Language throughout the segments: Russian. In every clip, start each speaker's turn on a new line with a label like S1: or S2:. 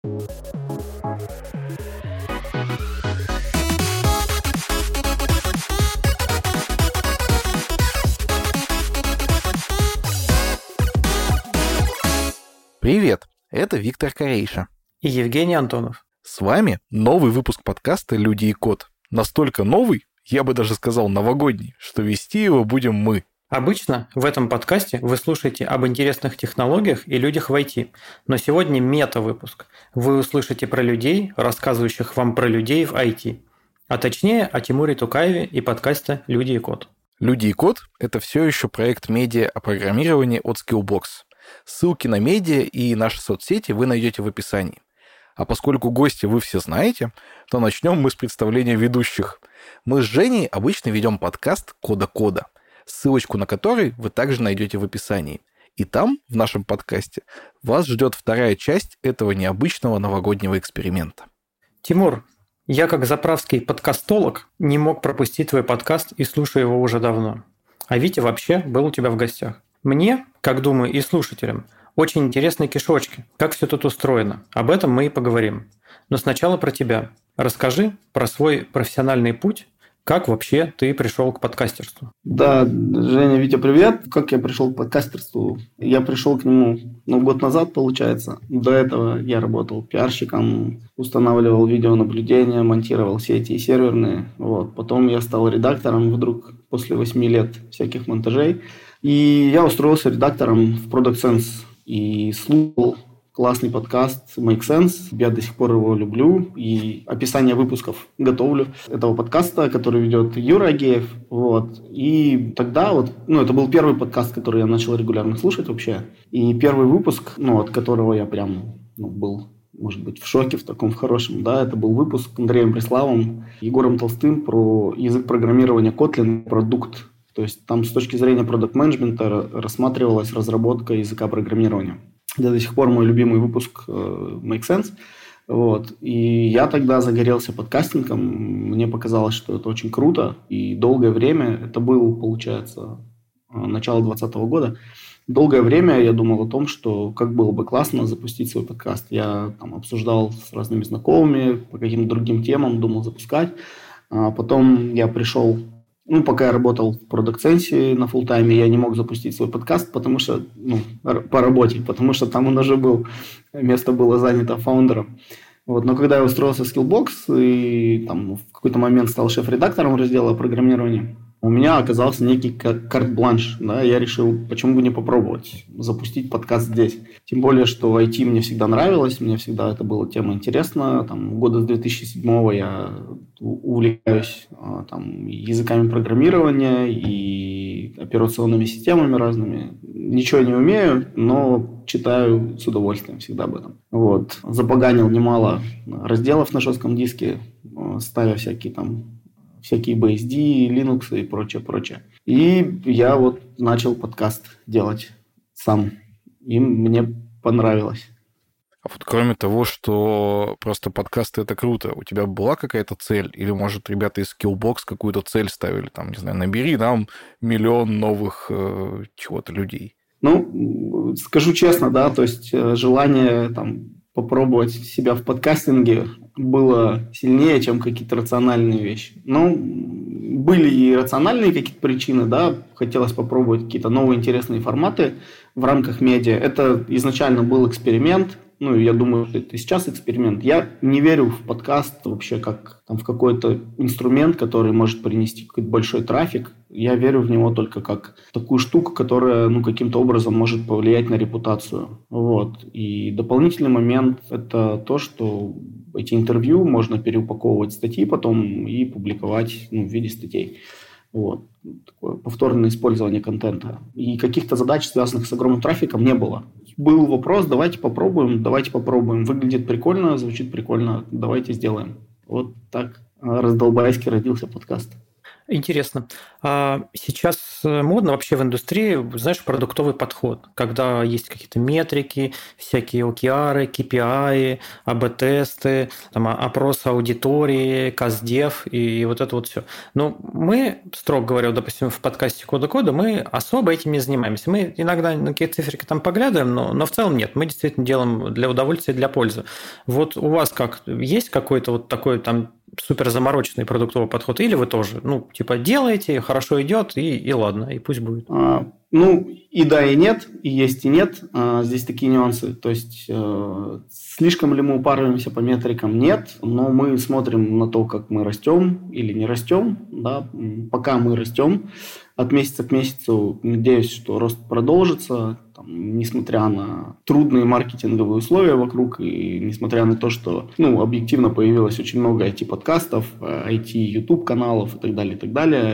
S1: Привет, это Виктор Корейша
S2: и Евгений Антонов.
S1: С вами новый выпуск подкаста «Люди и код». Настолько новый, я бы даже сказал новогодний, что вести его будем мы.
S2: Обычно в этом подкасте вы слушаете об интересных технологиях и людях в IT, но сегодня мета-выпуск. Вы услышите про людей, рассказывающих вам про людей в IT, а точнее о Тимуре Тукаеве и подкасте «Люди и код».
S1: «Люди и код» — это все еще проект медиа о программировании от Skillbox. Ссылки на медиа и наши соцсети вы найдете в описании. А поскольку гости вы все знаете, то начнем мы с представления ведущих. Мы с Женей обычно ведем подкаст «Кода-кода», ссылочку на который вы также найдете в описании. И там, в нашем подкасте, вас ждет вторая часть этого необычного новогоднего эксперимента.
S2: Тимур, я как заправский подкастолог не мог пропустить твой подкаст и слушаю его уже давно. А Витя вообще был у тебя в гостях. Мне, как думаю, и слушателям, очень интересны кишочки, как все тут устроено. Об этом мы и поговорим. Но сначала про тебя. Расскажи про свой профессиональный путь, как вообще ты пришел к подкастерству.
S3: Да, Женя, Витя, привет. Как я пришел к подкастерству? Я пришел к нему год назад, получается. До этого я работал пиарщиком, устанавливал видеонаблюдение, монтировал сети и серверные. Потом я стал редактором вдруг после 8 лет всяких монтажей. И я устроился редактором в Product Sense и слушал классный подкаст Make Sense. Я до сих пор его люблю и описание выпусков готовлю этого подкаста, который ведет Юра Агеев. И тогда это был первый подкаст, который я начал регулярно слушать вообще. И первый выпуск, от которого я прям был, может быть, в шоке, в таком хорошем, это был выпуск с Андреем Преславом, Егором Толстым про язык программирования Kotlin, продукт. То есть там с точки зрения продакт-менеджмента рассматривалась разработка языка программирования. Это до сих пор мой любимый выпуск Make Sense. И я тогда загорелся подкастингом. Мне показалось, что это очень круто. И долгое время, это был, получается, начало 2020 года, долгое время я думал о том, что как было бы классно запустить свой подкаст. Я обсуждал с разными знакомыми по каким-то другим темам, думал запускать. А потом я пришел... пока я работал в Product Sense на фулл-тайме, я не мог запустить свой подкаст, потому что, по работе, потому что там он уже был, место было занято фаундером. Но когда я устроился в Skillbox и в какой-то момент стал шеф-редактором раздела программирования, у меня оказался некий карт-бланш. Я решил, почему бы не попробовать запустить подкаст здесь. Тем более, что IT мне всегда нравилось, мне всегда это была тема интересна. Года с 2007 я увлекаюсь языками программирования и операционными системами разными. Ничего не умею, но читаю с удовольствием всегда об этом. Запоганил немало разделов на жестком диске, ставя всякие BSD, Linux и прочее. И я начал подкаст делать сам. И мне понравилось.
S1: А кроме того, что просто подкасты — это круто, у тебя была какая-то цель? Или, может, ребята из Skillbox какую-то цель ставили? Набери нам 1 миллион новых чего-то людей.
S3: Скажу честно, то есть желание попробовать себя в подкастинге было сильнее, чем какие-то рациональные вещи. Были и рациональные какие-то причины, хотелось попробовать какие-то новые интересные форматы в рамках медиа. Это изначально был эксперимент, я думаю, что это и сейчас эксперимент. Я не верю в подкаст вообще как в какой-то инструмент, который может принести какой-то большой трафик. Я верю в него только как такую штуку, которая каким-то образом может повлиять на репутацию. И дополнительный момент – это то, что эти интервью можно переупаковывать в статьи потом и публиковать в виде статей. Такое повторное использование контента. И каких-то задач, связанных с огромным трафиком, не было. Был вопрос, давайте попробуем. Выглядит прикольно, звучит прикольно, давайте сделаем. Так раздолбайски родился подкаст.
S2: Интересно. А сейчас модно вообще в индустрии, знаешь, продуктовый подход, когда есть какие-то метрики, всякие OKR, KPI, АБ-тесты, там, опрос аудитории, КАЗДЕВ и вот это вот все. Но мы, строго говоря, допустим, в подкасте «Кода-кода» мы особо этим не занимаемся. Мы иногда на какие-то циферки там поглядываем, но в целом нет. Мы действительно делаем для удовольствия, для пользы. Вот у вас как? Есть какой-то вот такой там супер замороченный продуктовый подход, или вы тоже, типа, делаете, хорошо идет, и ладно, и пусть будет?
S3: И да, и нет, и есть, и нет. Здесь такие нюансы. То есть, слишком ли мы упарываемся по метрикам? Нет, но мы смотрим на то, как мы растем или не растем. Да? Пока мы растем, от месяца к месяцу, надеюсь, что рост продолжится, несмотря на трудные маркетинговые условия вокруг, и несмотря на то, что объективно появилось очень много IT-подкастов, IT-YouTube-каналов и так далее,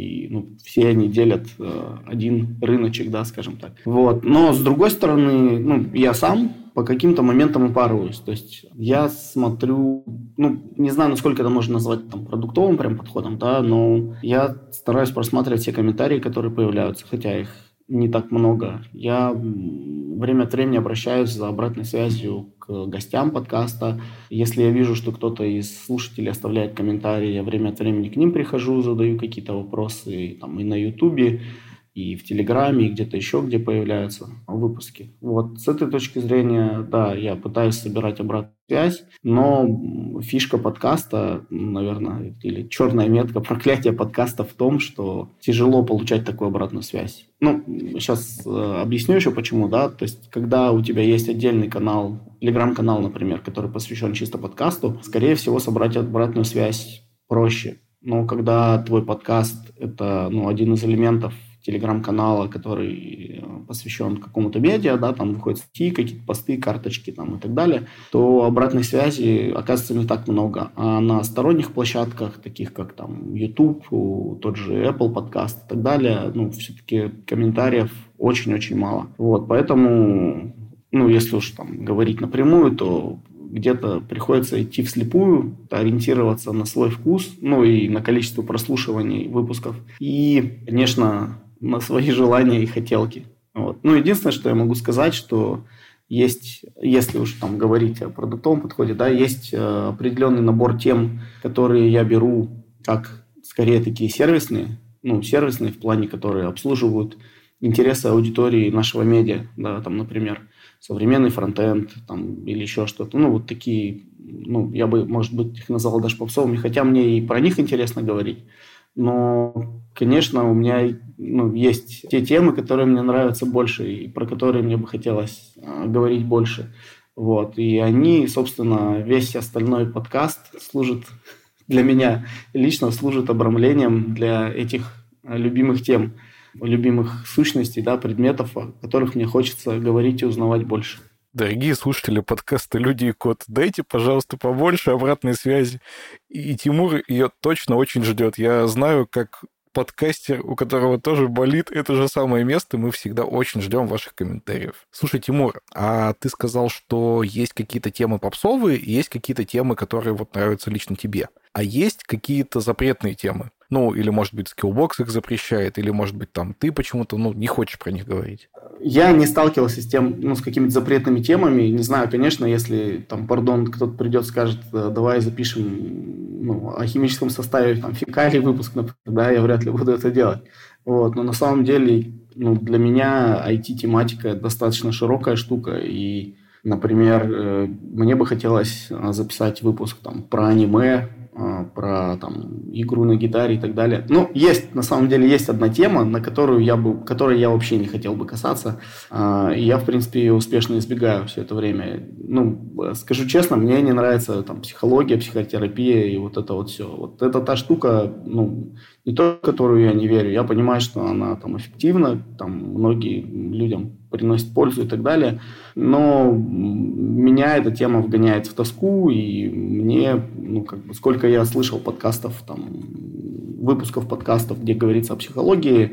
S3: и все они делят один рыночек, да, скажем так. Вот. Но, с другой стороны, я сам по каким-то моментам упарываюсь. То есть я смотрю, не знаю, насколько это можно назвать продуктовым прям подходом, да, но я стараюсь просматривать все комментарии, которые появляются, хотя их не так много. Я время от времени обращаюсь за обратной связью к гостям подкаста. Если я вижу, что кто-то из слушателей оставляет комментарии, я время от времени к ним прихожу, задаю какие-то вопросы и на Ютубе, и в Телеграме, и где-то еще, где появляются выпуски. Вот с этой точки зрения, да, я пытаюсь собирать обратную связь, но фишка подкаста, наверное, или черная метка, проклятие подкаста в том, что тяжело получать такую обратную связь. Сейчас объясню еще почему, да, то есть, когда у тебя есть отдельный канал, Телеграм-канал, например, который посвящен чисто подкасту, скорее всего, собрать обратную связь проще. Но когда твой подкаст – это, один из элементов телеграм-канала, который посвящен какому-то медиа, да, там выходят статьи, какие-то посты, карточки там, и так далее, то обратной связи оказывается не так много. А на сторонних площадках, таких как там YouTube, тот же Apple подкаст и так далее, все-таки комментариев очень-очень мало. Вот, поэтому, если уж говорить напрямую, то где-то приходится идти вслепую, ориентироваться на свой вкус, и на количество прослушиваний выпусков. И, конечно, на свои желания и хотелки. Вот. Единственное, что я могу сказать, что есть, если уж говорить о продуктовом подходе, да, есть определенный набор тем, которые я беру как скорее такие сервисные, сервисные в плане, которые обслуживают интересы аудитории нашего медиа, да, например, современный фронтенд или еще что-то. Вот такие, я бы, может быть, их назвал даже попсовыми, хотя мне и про них интересно говорить. Но, конечно, у меня есть те темы, которые мне нравятся больше и про которые мне бы хотелось говорить больше. Вот. И они, собственно, весь остальной подкаст служит для меня лично, служит обрамлением для этих любимых тем, любимых сущностей, да, предметов, о которых мне хочется говорить и узнавать больше.
S1: Дорогие слушатели подкаста «Люди и код», дайте, пожалуйста, побольше обратной связи. И Тимур ее точно очень ждет. Я знаю, как подкастер, у которого тоже болит это же самое место, мы всегда очень ждем ваших комментариев. Слушай, Тимур, а ты сказал, что есть какие-то темы попсовые, и есть какие-то темы, которые нравятся лично тебе. А есть какие-то запретные темы? Или, может быть, Skillbox их запрещает, или, может быть, ты почему-то, не хочешь про них говорить.
S3: Я не сталкивался с тем, с какими-то запретными темами. Не знаю, конечно, если, кто-то придет, скажет, давай запишем, о химическом составе, фекалий выпуск, например, да, я вряд ли буду это делать. Вот, но на самом деле, для меня IT-тематика достаточно широкая штука, и, например, мне бы хотелось записать выпуск, про аниме, про игру на гитаре и так далее. На самом деле есть одна тема, которой я вообще не хотел бы касаться, и я, в принципе, ее успешно избегаю все это время. Скажу честно, мне не нравится психология, психотерапия и вот это вот все. Вот это та штука, не то, в которую я не верю. Я понимаю, что она эффективна, многим людям приносит пользу и так далее, но меня эта тема вгоняет в тоску, и мне, сколько я слышал подкастов, выпусков подкастов, где говорится о психологии,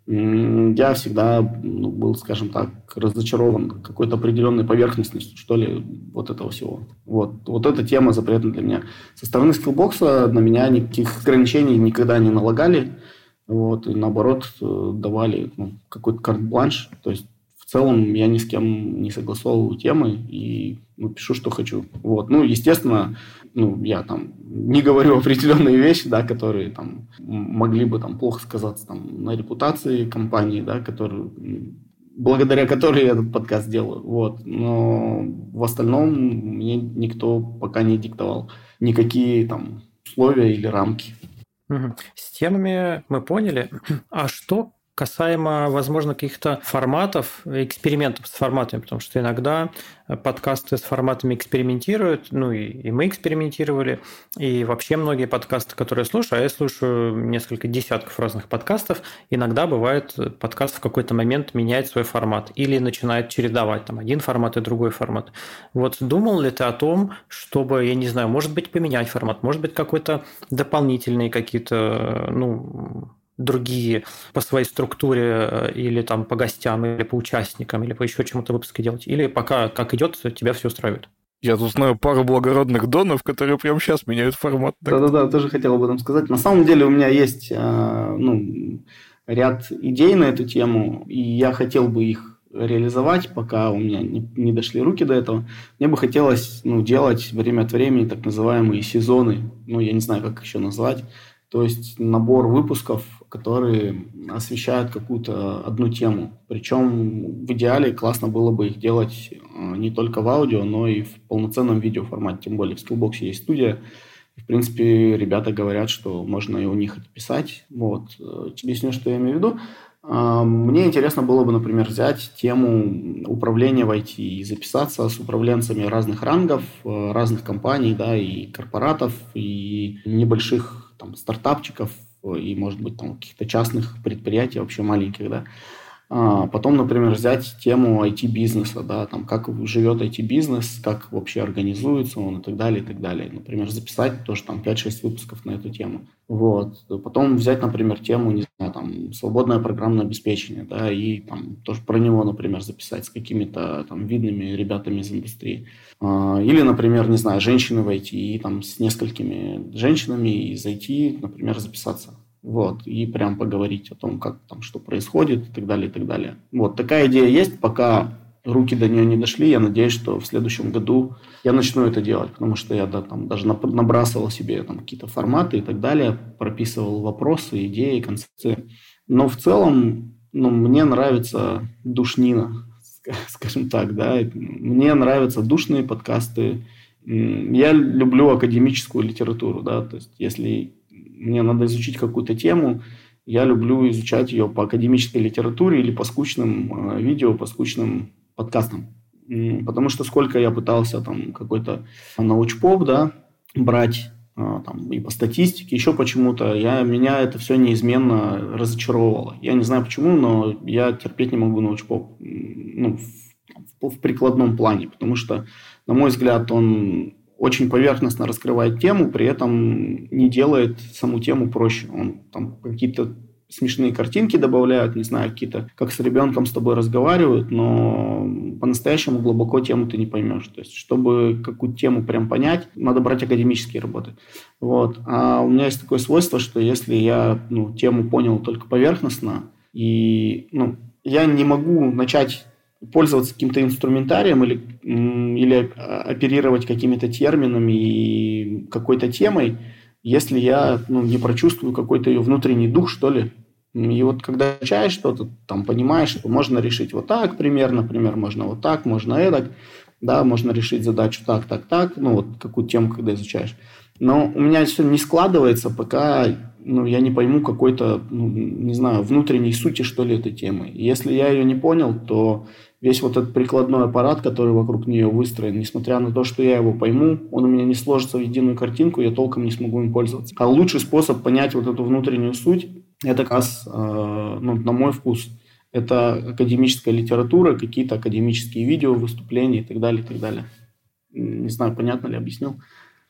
S3: я всегда был, скажем так, разочарован какой-то определенной поверхностностью, что ли, вот этого всего. Вот эта тема запретна для меня. Со стороны Skillbox на меня никаких ограничений никогда не налагали, и наоборот давали какой-то карт-бланш. То есть в целом я ни с кем не согласовываю темы и пишу, что хочу. Естественно, я там не говорю определенные вещи, да, которые там могли бы там плохо сказаться там на репутации компании, да, благодаря которой я этот подкаст делаю. Но в остальном мне никто пока не диктовал никакие там условия или рамки.
S2: С темами мы поняли. А что касаемо, возможно, каких-то форматов, экспериментов с форматами, потому что иногда подкасты с форматами экспериментируют, и мы экспериментировали, и вообще многие подкасты, которые я слушаю, а я слушаю несколько десятков разных подкастов, иногда бывает, подкаст в какой-то момент меняет свой формат или начинает чередовать там один формат и другой формат. Думал ли ты о том, чтобы, я не знаю, может быть, поменять формат, может быть, какой-то дополнительные какие-то, другие по своей структуре или там по гостям, или по участникам, или по еще чему-то выпуске делать? Или пока как идет, тебя все устраивает?
S1: Я тут знаю пару благородных донов, которые прямо сейчас меняют формат.
S3: Да-да-да, тоже хотел об этом сказать. На самом деле у меня есть ряд идей на эту тему, и я хотел бы их реализовать, пока у меня не дошли руки до этого. Мне бы хотелось делать время от времени так называемые сезоны, я не знаю, как еще назвать, то есть набор выпусков, которые освещают какую-то одну тему. Причем в идеале классно было бы их делать не только в аудио, но и в полноценном видеоформате. Тем более в Skillbox есть студия. В принципе, ребята говорят, что можно и у них это писать. Объясню, что я имею в виду. Мне интересно было бы, например, взять тему управления в IT и записаться с управленцами разных рангов, разных компаний, да, и корпоратов, и небольших там стартапчиков, и, может быть, там каких-то частных предприятий, вообще маленьких, да. Потом, например, взять тему IT-бизнеса, да, там, как живет IT-бизнес, как вообще организуется он и так далее, и так далее. Например, записать тоже там 5-6 выпусков на эту тему. Потом взять, например, тему, не знаю, там, свободное программное обеспечение, да, и там тоже про него, например, записать с какими-то там видными ребятами из индустрии. Или, например, не знаю, женщины в IT, и там с несколькими женщинами из IT, например, записаться. И прям поговорить о том, как там что происходит и так далее, и так далее. Такая идея есть, пока руки до нее не дошли. Я надеюсь, что в следующем году я начну это делать, потому что я даже набрасывал себе там какие-то форматы и так далее, прописывал вопросы, идеи, концепции. Но в целом, мне нравится душнина, скажем так, да. Мне нравятся душные подкасты. Я люблю академическую литературу, да, то есть если мне надо изучить какую-то тему, я люблю изучать ее по академической литературе или по скучным видео, по скучным подкастам. Потому что сколько я пытался там какой-то научпоп, да, брать там, и по статистике, еще почему-то, меня это все неизменно разочаровывало. Я не знаю почему, но я терпеть не могу научпоп в прикладном плане, потому что, на мой взгляд, он очень поверхностно раскрывает тему, при этом не делает саму тему проще. Он там какие-то смешные картинки добавляют, не знаю, какие-то, как с ребенком с тобой разговаривают, но по-настоящему глубоко тему ты не поймешь. То есть, чтобы какую-то тему прям понять, надо брать академические работы. А у меня есть такое свойство, что если я тему понял только поверхностно, и я не могу начать пользоваться каким-то инструментарием или оперировать какими-то терминами и какой-то темой, если я не прочувствую какой-то ее внутренний дух, что ли. И когда изучаешь что-то, там понимаешь, что можно решить вот так примерно, например, можно вот так, можно эдак, да, можно решить задачу так, какую тему, когда изучаешь. Но у меня все не складывается, пока я не пойму какой-то, не знаю, внутренней сути, что ли, этой темы. И если я ее не понял, то весь этот прикладной аппарат, который вокруг нее выстроен, несмотря на то, что я его пойму, он у меня не сложится в единую картинку, я толком не смогу им пользоваться. А лучший способ понять эту внутреннюю суть, это как раз, на мой вкус, это академическая литература, какие-то академические видео, выступления и так далее, и так далее. Не знаю, понятно ли объяснил?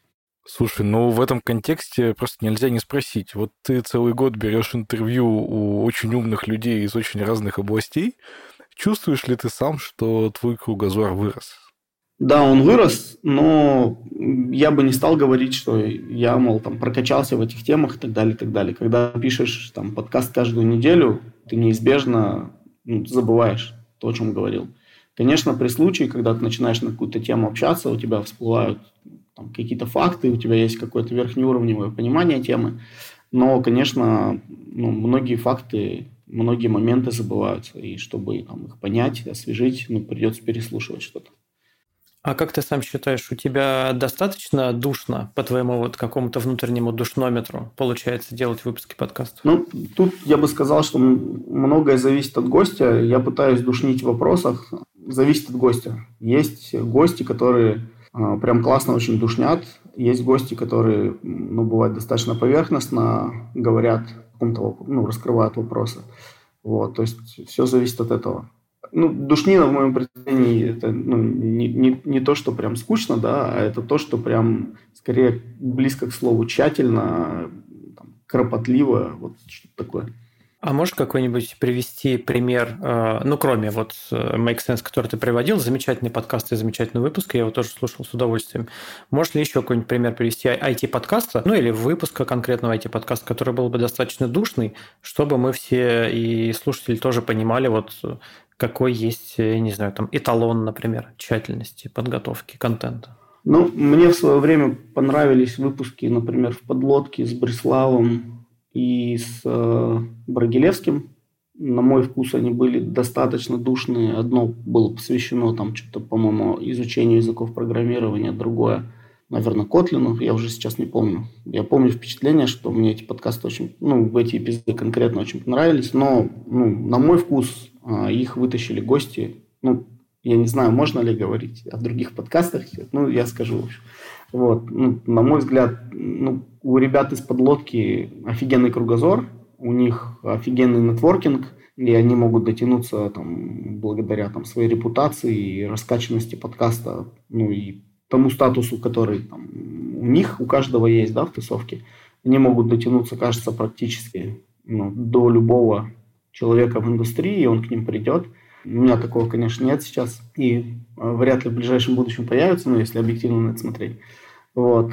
S1: Слушай, ну в этом контексте просто нельзя не спросить. Вот ты целый год берешь интервью у очень умных людей из очень разных областей. Чувствуешь ли ты сам, что твой кругозор вырос?
S3: Да, он вырос, но я бы не стал говорить, что я, мол, там прокачался в этих темах и так далее, и так далее. Когда пишешь там подкаст каждую неделю, ты неизбежно забываешь то, о чем говорил. Конечно, при случае, когда ты начинаешь на какую-то тему общаться, у тебя всплывают там какие-то факты, у тебя есть какое-то верхнеуровневое понимание темы, но, конечно, многие факты, многие моменты забываются, и чтобы там, их понять, освежить, придется переслушивать что-то.
S2: А как ты сам считаешь, у тебя достаточно душно по твоему вот какому-то внутреннему душнометру получается делать выпуски подкастов?
S3: Тут я бы сказал, что многое зависит от гостя. Я пытаюсь душнить в вопросах. Зависит от гостя. Есть гости, которые прям классно очень душнят. Есть гости, которые, бывает, достаточно поверхностно говорят, раскрывают вопросы. Вот, то есть все зависит от этого. Душнина в моем представлении это не то, что прям скучно, да, а это то, что прям скорее близко к слову тщательно, там, кропотливо, вот что-то такое.
S2: А можешь какой-нибудь привести пример, кроме вот Make Sense, который ты приводил, замечательный подкаст и замечательный выпуск, я его тоже слушал с удовольствием. Можешь ли еще какой-нибудь пример привести IT-подкаста, или выпуска конкретного IT-подкаста, который был бы достаточно душный, чтобы мы все и слушатели тоже понимали, вот какой есть, не знаю, там эталон, например, тщательности подготовки контента?
S3: Мне в свое время понравились выпуски, например, в «Подлодке» с Бриславом и с Брагилевским. На мой вкус они были достаточно душные. Одно было посвящено там что-то, по-моему, изучению языков программирования, другое, наверное, Котлину. Я уже сейчас не помню. Я помню впечатление, что мне эти подкасты очень, эти эпизоды конкретно очень понравились. Но, на мой вкус, их вытащили гости. Я не знаю, можно ли говорить о других подкастах. Я скажу, в общем. Вот. На мой взгляд, у ребят из «Подлодки» офигенный кругозор, у них офигенный нетворкинг, и они могут дотянуться там, благодаря там, своей репутации и раскачанности подкаста, и тому статусу, который там, у них, у каждого есть, да, в тусовке. Они могут дотянуться, кажется, практически до любого человека в индустрии, и он к ним придет. У меня такого, конечно, нет сейчас, и вряд ли в ближайшем будущем появится, если объективно на это смотреть. Вот.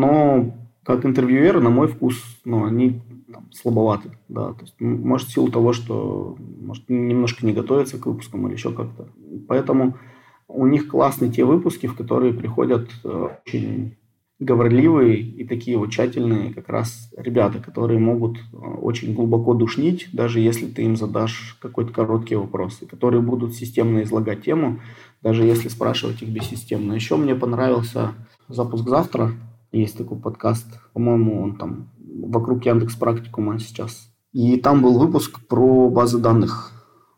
S3: Но как интервьюеры, на мой вкус, они слабоваты. Да. То есть, может, в силу того, что немножко не готовятся к выпускам или еще как-то. Поэтому у них классные те выпуски, в которые приходят очень говорливые и такие вот тщательные как раз ребята, которые могут очень глубоко душнить, даже если ты им задашь какой-то короткий вопрос, и которые будут системно излагать тему, даже если спрашивать их бессистемно. Еще мне понравился «Запуск завтра». Есть такой подкаст, по-моему, он там вокруг Яндекс.Практикума сейчас. И там был выпуск про базы данных,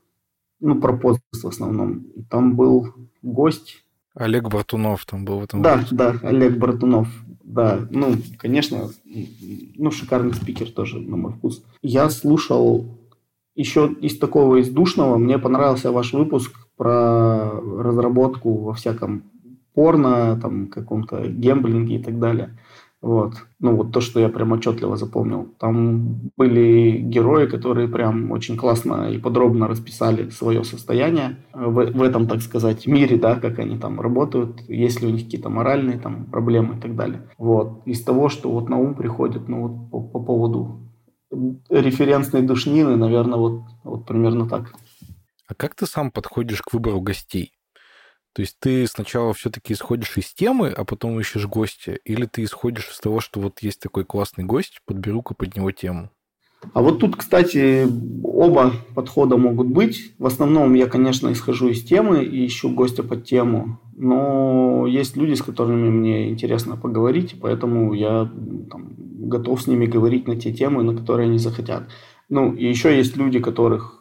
S3: про пост в основном. И там был гость.
S1: Олег Бартунов там был в этом.
S3: Да, Олег Бартунов. Да, конечно, шикарный спикер тоже, на мой вкус. Я слушал еще из такого, из душного, мне понравился ваш выпуск про разработку во всяком порно, там, каком-то гэмблинге и так далее. Вот. То, что я прям отчетливо запомнил. Там были герои, которые прям очень классно и подробно расписали свое состояние в этом, так сказать, мире, да, как они там работают, есть ли у них какие-то моральные там проблемы и так далее. Вот. Из того, что вот на ум приходит, по поводу референсной душнины, наверное, вот примерно так.
S1: А как ты сам подходишь к выбору гостей? То есть ты сначала все-таки исходишь из темы, а потом ищешь гостя? Или ты исходишь из того, что вот есть такой классный гость, подберу-ка под него тему?
S3: А вот тут, кстати, оба подхода могут быть. В основном я, конечно, исхожу из темы и ищу гостя под тему. Но есть люди, с которыми мне интересно поговорить, поэтому я готов с ними говорить на те темы, на которые они захотят. И еще есть люди, которых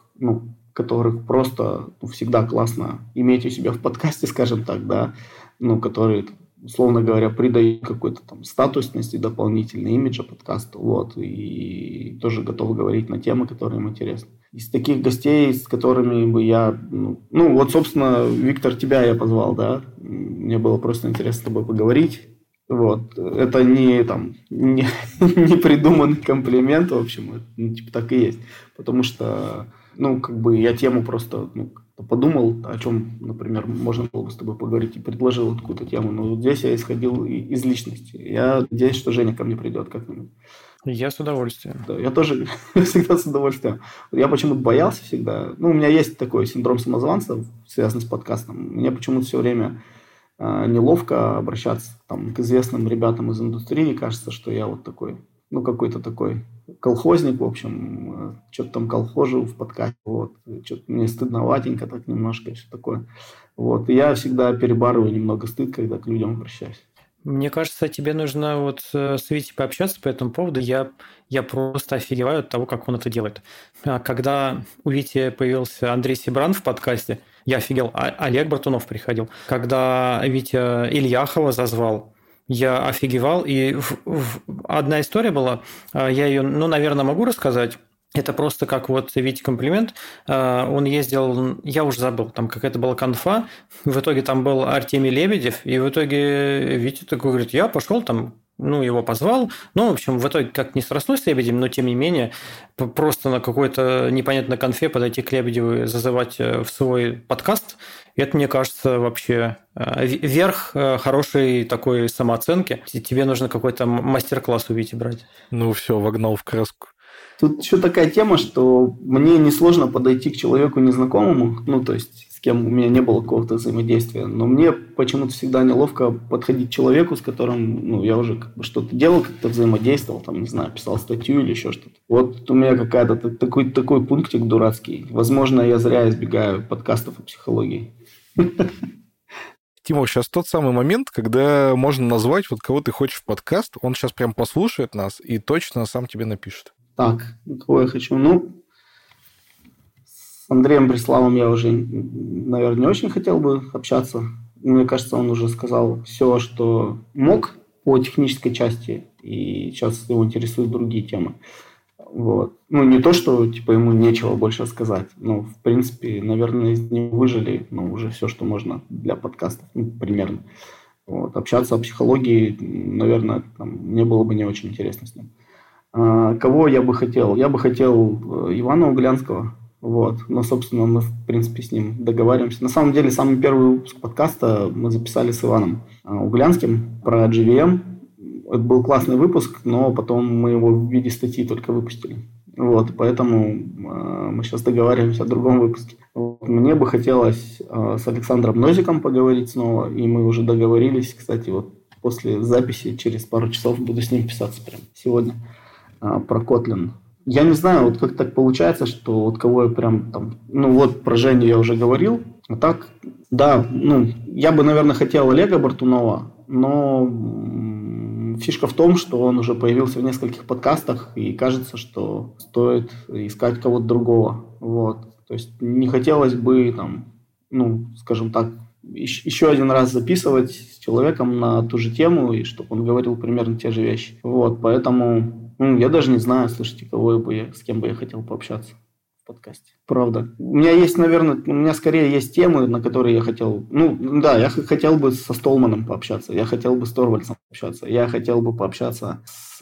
S3: просто всегда классно иметь у себя в подкасте, скажем так, да, которые, условно говоря, придают какой-то там статусности дополнительной, имиджа подкасту, вот, и тоже готов говорить на темы, которые им интересны. Из таких гостей, с которыми бы я, собственно, Виктор, тебя я позвал, да, мне было просто интересно с тобой поговорить. Вот. Это не, там, не, не придуманный комплимент, в общем, ну, типа так и есть. Потому что, ну, как бы я тему просто подумал, о чем, например, можно было бы с тобой поговорить, и предложил какую-то тему. Но вот здесь я исходил из личности. Я надеюсь, что Женя ко мне придет как-нибудь.
S2: Я с удовольствием.
S3: Да, я тоже всегда с удовольствием. Я почему-то боялся всегда. Ну, у меня есть такой синдром самозванца, связанный с подкастом. Мне почему-то все время неловко обращаться там, к известным ребятам из индустрии. Кажется, что я вот такой, ну, какой-то такой колхозник, в общем, что-то там колхожу в подкасте. Вот. Что-то мне стыдноватенько так немножко и все такое. Вот. И я всегда перебарываю немного стыд, когда к людям обращаюсь.
S2: Мне кажется, тебе нужно вот с Витей пообщаться по этому поводу. Я просто офигеваю от того, как он это делает. Когда у Вити появился Андрей Сибран в подкасте, я офигел. Олег Бартунов приходил. Когда Витя Ильяхова зазвал, я офигевал. И одна история была, я ее, ну, наверное, могу рассказать. Это просто как вот Вите комплимент. Он ездил, я уже забыл, там какая-то была конфа. В итоге там был Артемий Лебедев. И в итоге Витя такой говорит, я пошел там, ну, его позвал. Ну, в общем, в итоге как не срослось с Лебедем, но тем не менее, просто на какой-то непонятной конфе подойти к Лебедеву и зазывать в свой подкаст. Это, мне кажется, вообще верх хорошей такой самооценки. Тебе нужно какой-то мастер-класс у Вити брать.
S1: Ну все, вогнал в краску.
S3: Тут еще такая тема, что мне несложно подойти к человеку незнакомому, ну, то есть с кем у меня не было какого-то взаимодействия, но мне почему-то всегда неловко подходить к человеку, с которым, ну, я уже как бы что-то делал, как-то взаимодействовал, там, не знаю, писал статью или еще что-то. Вот у меня какая-то такой пунктик дурацкий. Возможно, я зря избегаю подкастов о психологии.
S1: Тимур, сейчас тот самый момент, когда можно назвать, вот кого ты хочешь в подкаст, он сейчас прям послушает нас и точно сам тебе напишет.
S3: Так, кого я хочу? Ну, с Андреем Преславом я уже, наверное, не очень хотел бы общаться. Мне кажется, он уже сказал все, что мог по технической части, и сейчас его интересуют другие темы. Вот. Ну, не то, что типа ему нечего больше сказать, но, в принципе, наверное, из него выжили уже все, что можно для подкастов, ну, примерно. Вот. Общаться о психологии, наверное, там, мне было бы не очень интересно с ним. Кого я бы хотел? Я бы хотел Ивана Углянского. Вот. Но, собственно, мы, в принципе, с ним договариваемся. На самом деле, самый первый выпуск подкаста мы записали с Иваном Углянским про GVM. Это был классный выпуск, но потом мы его в виде статьи только выпустили. Вот. Поэтому мы сейчас договариваемся о другом выпуске. Вот. Мне бы хотелось с Александром Нозиком поговорить снова. И мы уже договорились. Кстати, вот после записи через пару часов буду с ним писаться прямо сегодня. Про Kotlin. Я не знаю, вот как так получается, что вот кого я прям там... Ну вот про Женю я уже говорил. А так, да, ну, я бы, наверное, хотел Олега Бартунова, но фишка в том, что он уже появился в нескольких подкастах, и кажется, что стоит искать кого-то другого. Вот. То есть не хотелось бы там, ну, скажем так, еще один раз записывать с человеком на ту же тему, и чтобы он говорил примерно те же вещи. Вот, поэтому... я даже не знаю, слушайте, с кем бы я хотел пообщаться в подкасте. Правда. У меня есть, наверное, скорее есть темы, на которые я хотел... Ну, да, я хотел бы со Столманом пообщаться, я хотел бы с Торвальдсом пообщаться, я хотел бы пообщаться с,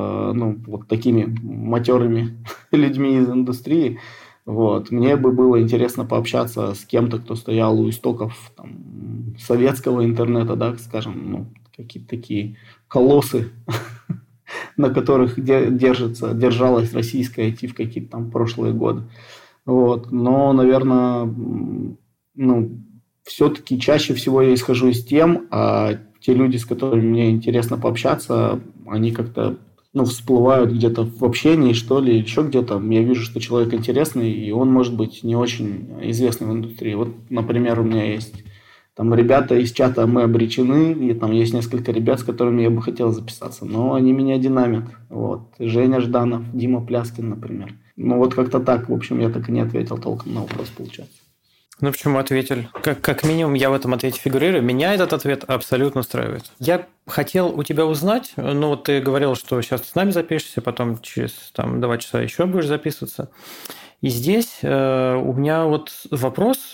S3: вот такими матерыми людьми из индустрии. Вот. Мне бы было интересно пообщаться с кем-то, кто стоял у истоков там, советского интернета, да, скажем, какие-то такие колоссы, на которых держалась российская IT в какие-то там прошлые годы. Вот. Но, наверное, все-таки чаще всего я исхожу из тем, а те люди, с которыми мне интересно пообщаться, они как-то всплывают где-то в общении, что ли, еще где-то. Я вижу, что человек интересный, и он может быть не очень известный в индустрии. Вот, например, у меня есть там ребята из чата «Мы обречены», и там есть несколько ребят, с которыми я бы хотел записаться, но они меня динамят. Вот. Женя Жданов, Дима Пляскин, например. Вот как-то так, в общем, я так и не ответил толком на вопрос, получается.
S2: Ну, почему ответил? Как минимум, я в этом ответе фигурирую. Меня этот ответ абсолютно устраивает. Я хотел у тебя узнать, вот ты говорил, что сейчас ты с нами запишешься, потом через 2 часа еще будешь записываться. И здесь у меня вот вопрос...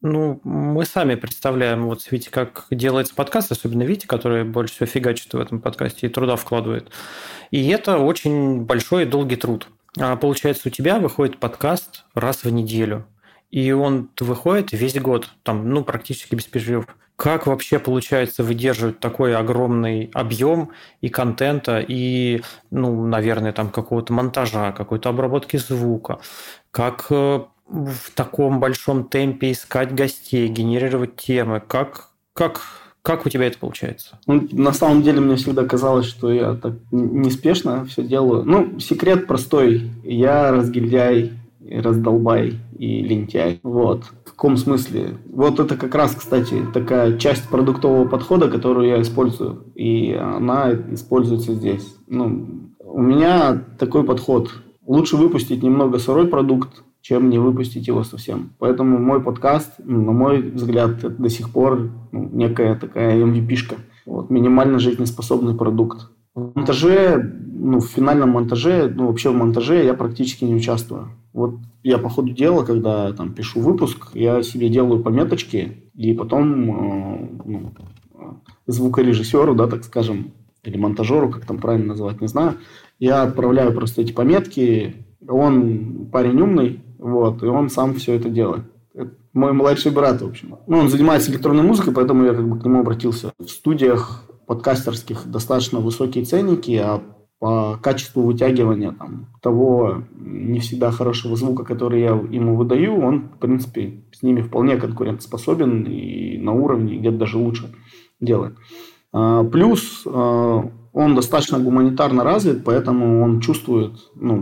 S2: Ну, мы сами представляем вот с Витей, как делается подкаст, особенно Витя, который больше всего фигачит в этом подкасте и труда вкладывает. И это очень большой и долгий труд. А получается, у тебя выходит подкаст раз в неделю. И он выходит весь год, там, ну, практически без перерывов. Как вообще получается выдерживать такой огромный объем и контента, и, ну, наверное, там какого-то монтажа, какой-то обработки звука? Как в таком большом темпе искать гостей, генерировать темы? Как у тебя это получается?
S3: Ну, на самом деле мне всегда казалось, что я так неспешно все делаю. Ну, секрет простой. Я разгильдяй, и раздолбай и лентяй. Вот. В каком смысле? Вот это как раз, кстати, такая часть продуктового подхода, которую я использую. И она используется здесь. Ну, у меня такой подход. Лучше выпустить немного сырой продукт, чем не выпустить его совсем. Поэтому мой подкаст, на мой взгляд, это до сих пор некая такая MVP-шка. Вот, минимально жизнеспособный продукт. В монтаже, в финальном монтаже, вообще в монтаже я практически не участвую. Вот я по ходу дела, когда там пишу выпуск, я себе делаю пометочки, и потом звукорежиссеру, да, так скажем, или монтажеру, как там правильно называть, не знаю, я отправляю просто эти пометки. Он парень умный, вот, и он сам все это делает. Это мой младший брат, в общем. Он занимается электронной музыкой, поэтому я к нему обратился. В студиях подкастерских достаточно высокие ценники, а по качеству вытягивания того не всегда хорошего звука, который я ему выдаю, он, в принципе, с ними вполне конкурентоспособен и на уровне, где-то даже лучше делает. Плюс он достаточно гуманитарно развит, поэтому он чувствует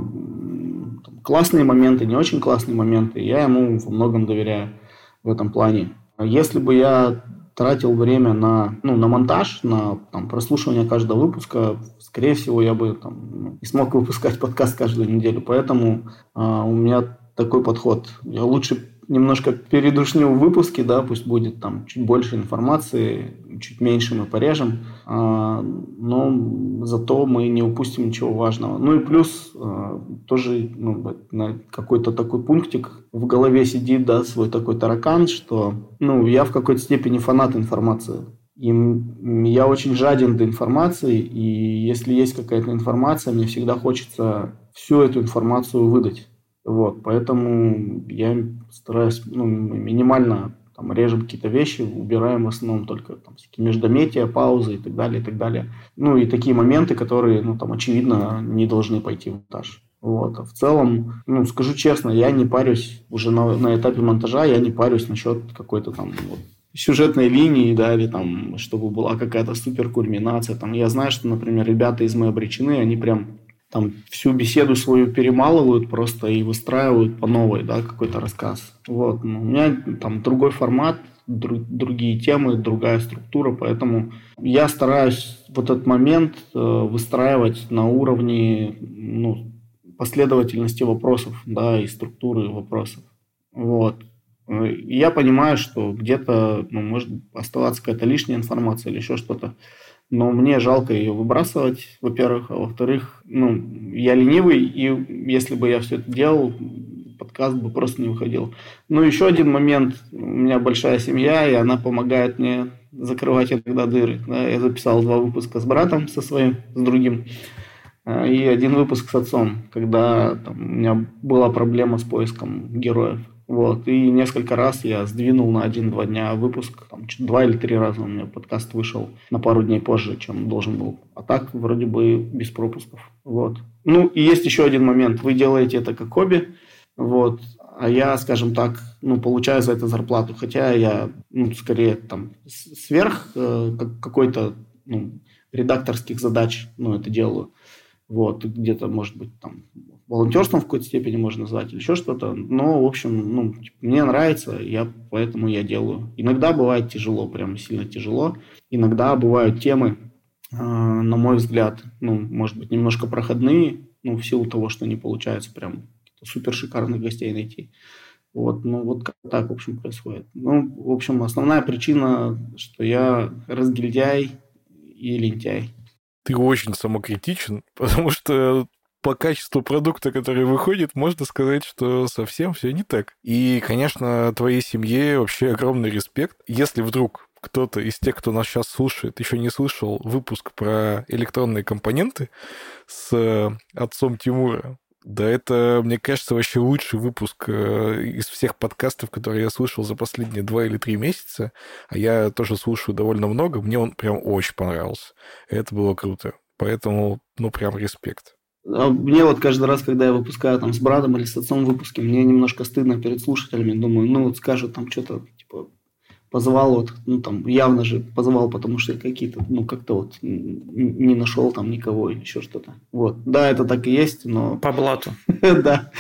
S3: классные моменты, не очень классные моменты. Я ему во многом доверяю в этом плане. Если бы я тратил время на монтаж, на прослушивание каждого выпуска, скорее всего, я бы не смог выпускать подкаст каждую неделю. Поэтому у меня такой подход. Я лучше немножко передушню в выпуске, да, пусть будет чуть больше информации, чуть меньше мы порежем, но зато мы не упустим ничего важного. Ну и плюс тоже на какой-то такой пунктик в голове сидит, да, свой такой таракан, что я в какой-то степени фанат информации. И я очень жаден до информации, и если есть какая-то информация, мне всегда хочется всю эту информацию выдать. Вот, поэтому я стараюсь минимально режем какие-то вещи, убираем в основном только всякие междометия, паузы и так далее, и так далее. Ну и такие моменты, которые, очевидно, не должны пойти в монтаж. Вот. А в целом, скажу честно, я не парюсь уже на этапе монтажа, я не парюсь насчет какой-то сюжетной линии, да, или чтобы была какая-то суперкульминация. Я знаю, что, например, ребята из «Мы обречены», они прям всю беседу свою перемалывают просто и выстраивают по новой, да, какой-то рассказ. Вот. Но у меня другой формат, другие темы, другая структура, поэтому я стараюсь вот этот момент выстраивать на уровне последовательности вопросов, да, и структуры вопросов. Вот. И я понимаю, что где-то может оставаться какая-то лишняя информация или еще что-то. Но мне жалко ее выбрасывать, во-первых. А во-вторых, я ленивый, и если бы я все это делал, подкаст бы просто не выходил. Ну, еще один момент. У меня большая семья, и она помогает мне закрывать иногда дыры. Да, я записал 2 выпуска с братом, со своим, с другим, и 1 выпуск с отцом, когда у меня была проблема с поиском героев. Вот. И несколько раз я сдвинул на 1-2 дня выпуск. 2 или 3 раза у меня подкаст вышел на пару дней позже, чем должен был. А так вроде бы без пропусков. Вот. Ну и есть еще один момент. Вы делаете это как хобби. Вот. А я, скажем так, получаю за это зарплату. Хотя я скорее сверх какой-то редакторских задач это делаю. Вот. Где-то, может быть, волонтерством в какой-то степени можно назвать или еще что-то. Но, в общем, мне нравится, поэтому я делаю. Иногда бывает тяжело, прям сильно тяжело. Иногда бывают темы, на мой взгляд, может быть, немножко проходные, в силу того, что не получается прям супер шикарных гостей найти. Вот, вот как так, в общем, происходит. В общем, основная причина, что я разгильдяй и лентяй.
S1: Ты очень самокритичен, потому что по качеству продукта, который выходит, можно сказать, что совсем все не так. И, конечно, твоей семье вообще огромный респект. Если вдруг кто-то из тех, кто нас сейчас слушает, еще не слышал выпуск про электронные компоненты с отцом Тимура, да это, мне кажется, вообще лучший выпуск из всех подкастов, которые я слышал за последние 2 или 3 месяца. А я тоже слушаю довольно много. Мне он прям очень понравился. Это было круто. Поэтому, прям респект.
S3: Мне вот каждый раз, когда я выпускаю там с братом или с отцом выпуски, мне немножко стыдно перед слушателями. Думаю, вот скажут там что-то, типа, позвал, там явно же позвал, потому что какие-то, как-то вот не нашел там никого, еще что-то. Вот. Да, это так и есть, но...
S2: По блату.
S3: Да.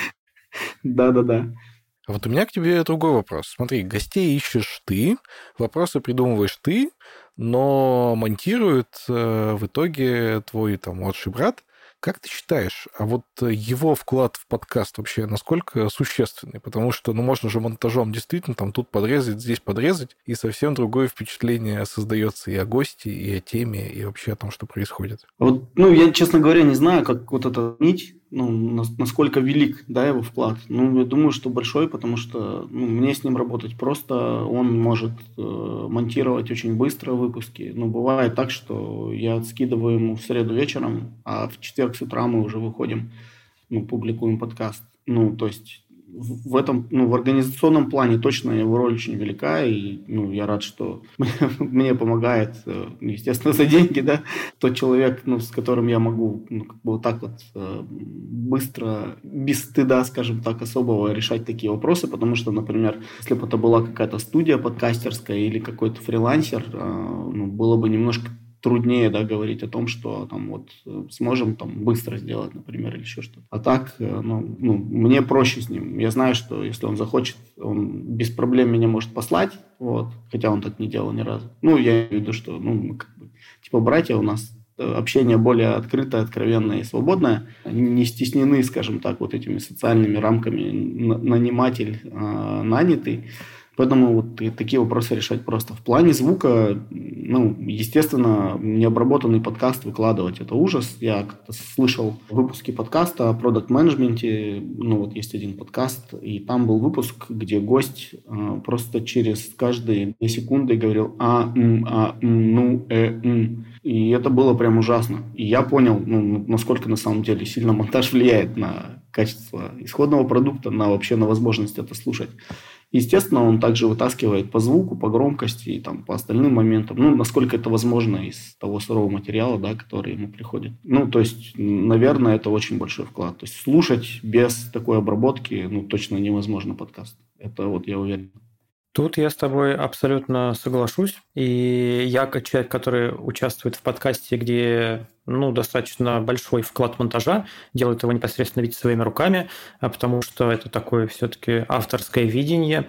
S1: А вот у меня к тебе другой вопрос. Смотри, гостей ищешь ты, вопросы придумываешь ты, но монтирует в итоге твой там младший брат. Как ты считаешь, а вот его вклад в подкаст вообще насколько существенный? Потому что, можно же монтажом действительно там тут подрезать, здесь подрезать, и совсем другое впечатление создается и о госте, и о теме, и вообще о том, что происходит.
S3: Вот, я, честно говоря, не знаю, как вот это нить, насколько велик, да, его вклад. Я думаю, что большой, потому что мне с ним работать просто. Он может монтировать очень быстро выпуски. Бывает так, что я скидываю ему в среду вечером, а в четверг с утра мы уже выходим, публикуем подкаст. То есть в этом, в организационном плане точно его роль очень велика, и я рад, что мне помогает, естественно, за деньги, да, тот человек, с которым я могу вот так вот быстро, без стыда, скажем так, особого решать такие вопросы, потому что, например, если бы это была какая-то студия подкастерская или какой-то фрилансер, было бы немножко труднее, да, говорить о том, что там вот сможем там быстро сделать, например, или еще что-то. А так, мне проще с ним. Я знаю, что если он захочет, он без проблем меня может послать, вот, хотя он так не делал ни разу. Я имею в виду, что, типа братья у нас общение более открытое, откровенное и свободное, не стеснены, скажем так, вот этими социальными рамками наниматель, нанятый. Поэтому вот и такие вопросы решать просто. В плане звука, естественно, необработанный подкаст выкладывать – это ужас. Я как-то слышал выпуски подкаста о продакт-менеджменте. Вот есть один подкаст, и там был выпуск, где гость просто через каждые 2 секунды говорил И это было прям ужасно. И я понял, насколько на самом деле сильно монтаж влияет на качество исходного продукта, на возможность это слушать. Естественно, он также вытаскивает по звуку, по громкости и там, по остальным моментам, насколько это возможно из того сырого материала, да, который ему приходит. То есть, наверное, это очень большой вклад. То есть, слушать без такой обработки, точно невозможно подкаст. Это вот я уверен.
S2: Тут я с тобой абсолютно соглашусь. И я, как человек, который участвует в подкасте, где достаточно большой вклад монтажа, делает его непосредственно видеть своими руками, потому что это такое все-таки авторское видение.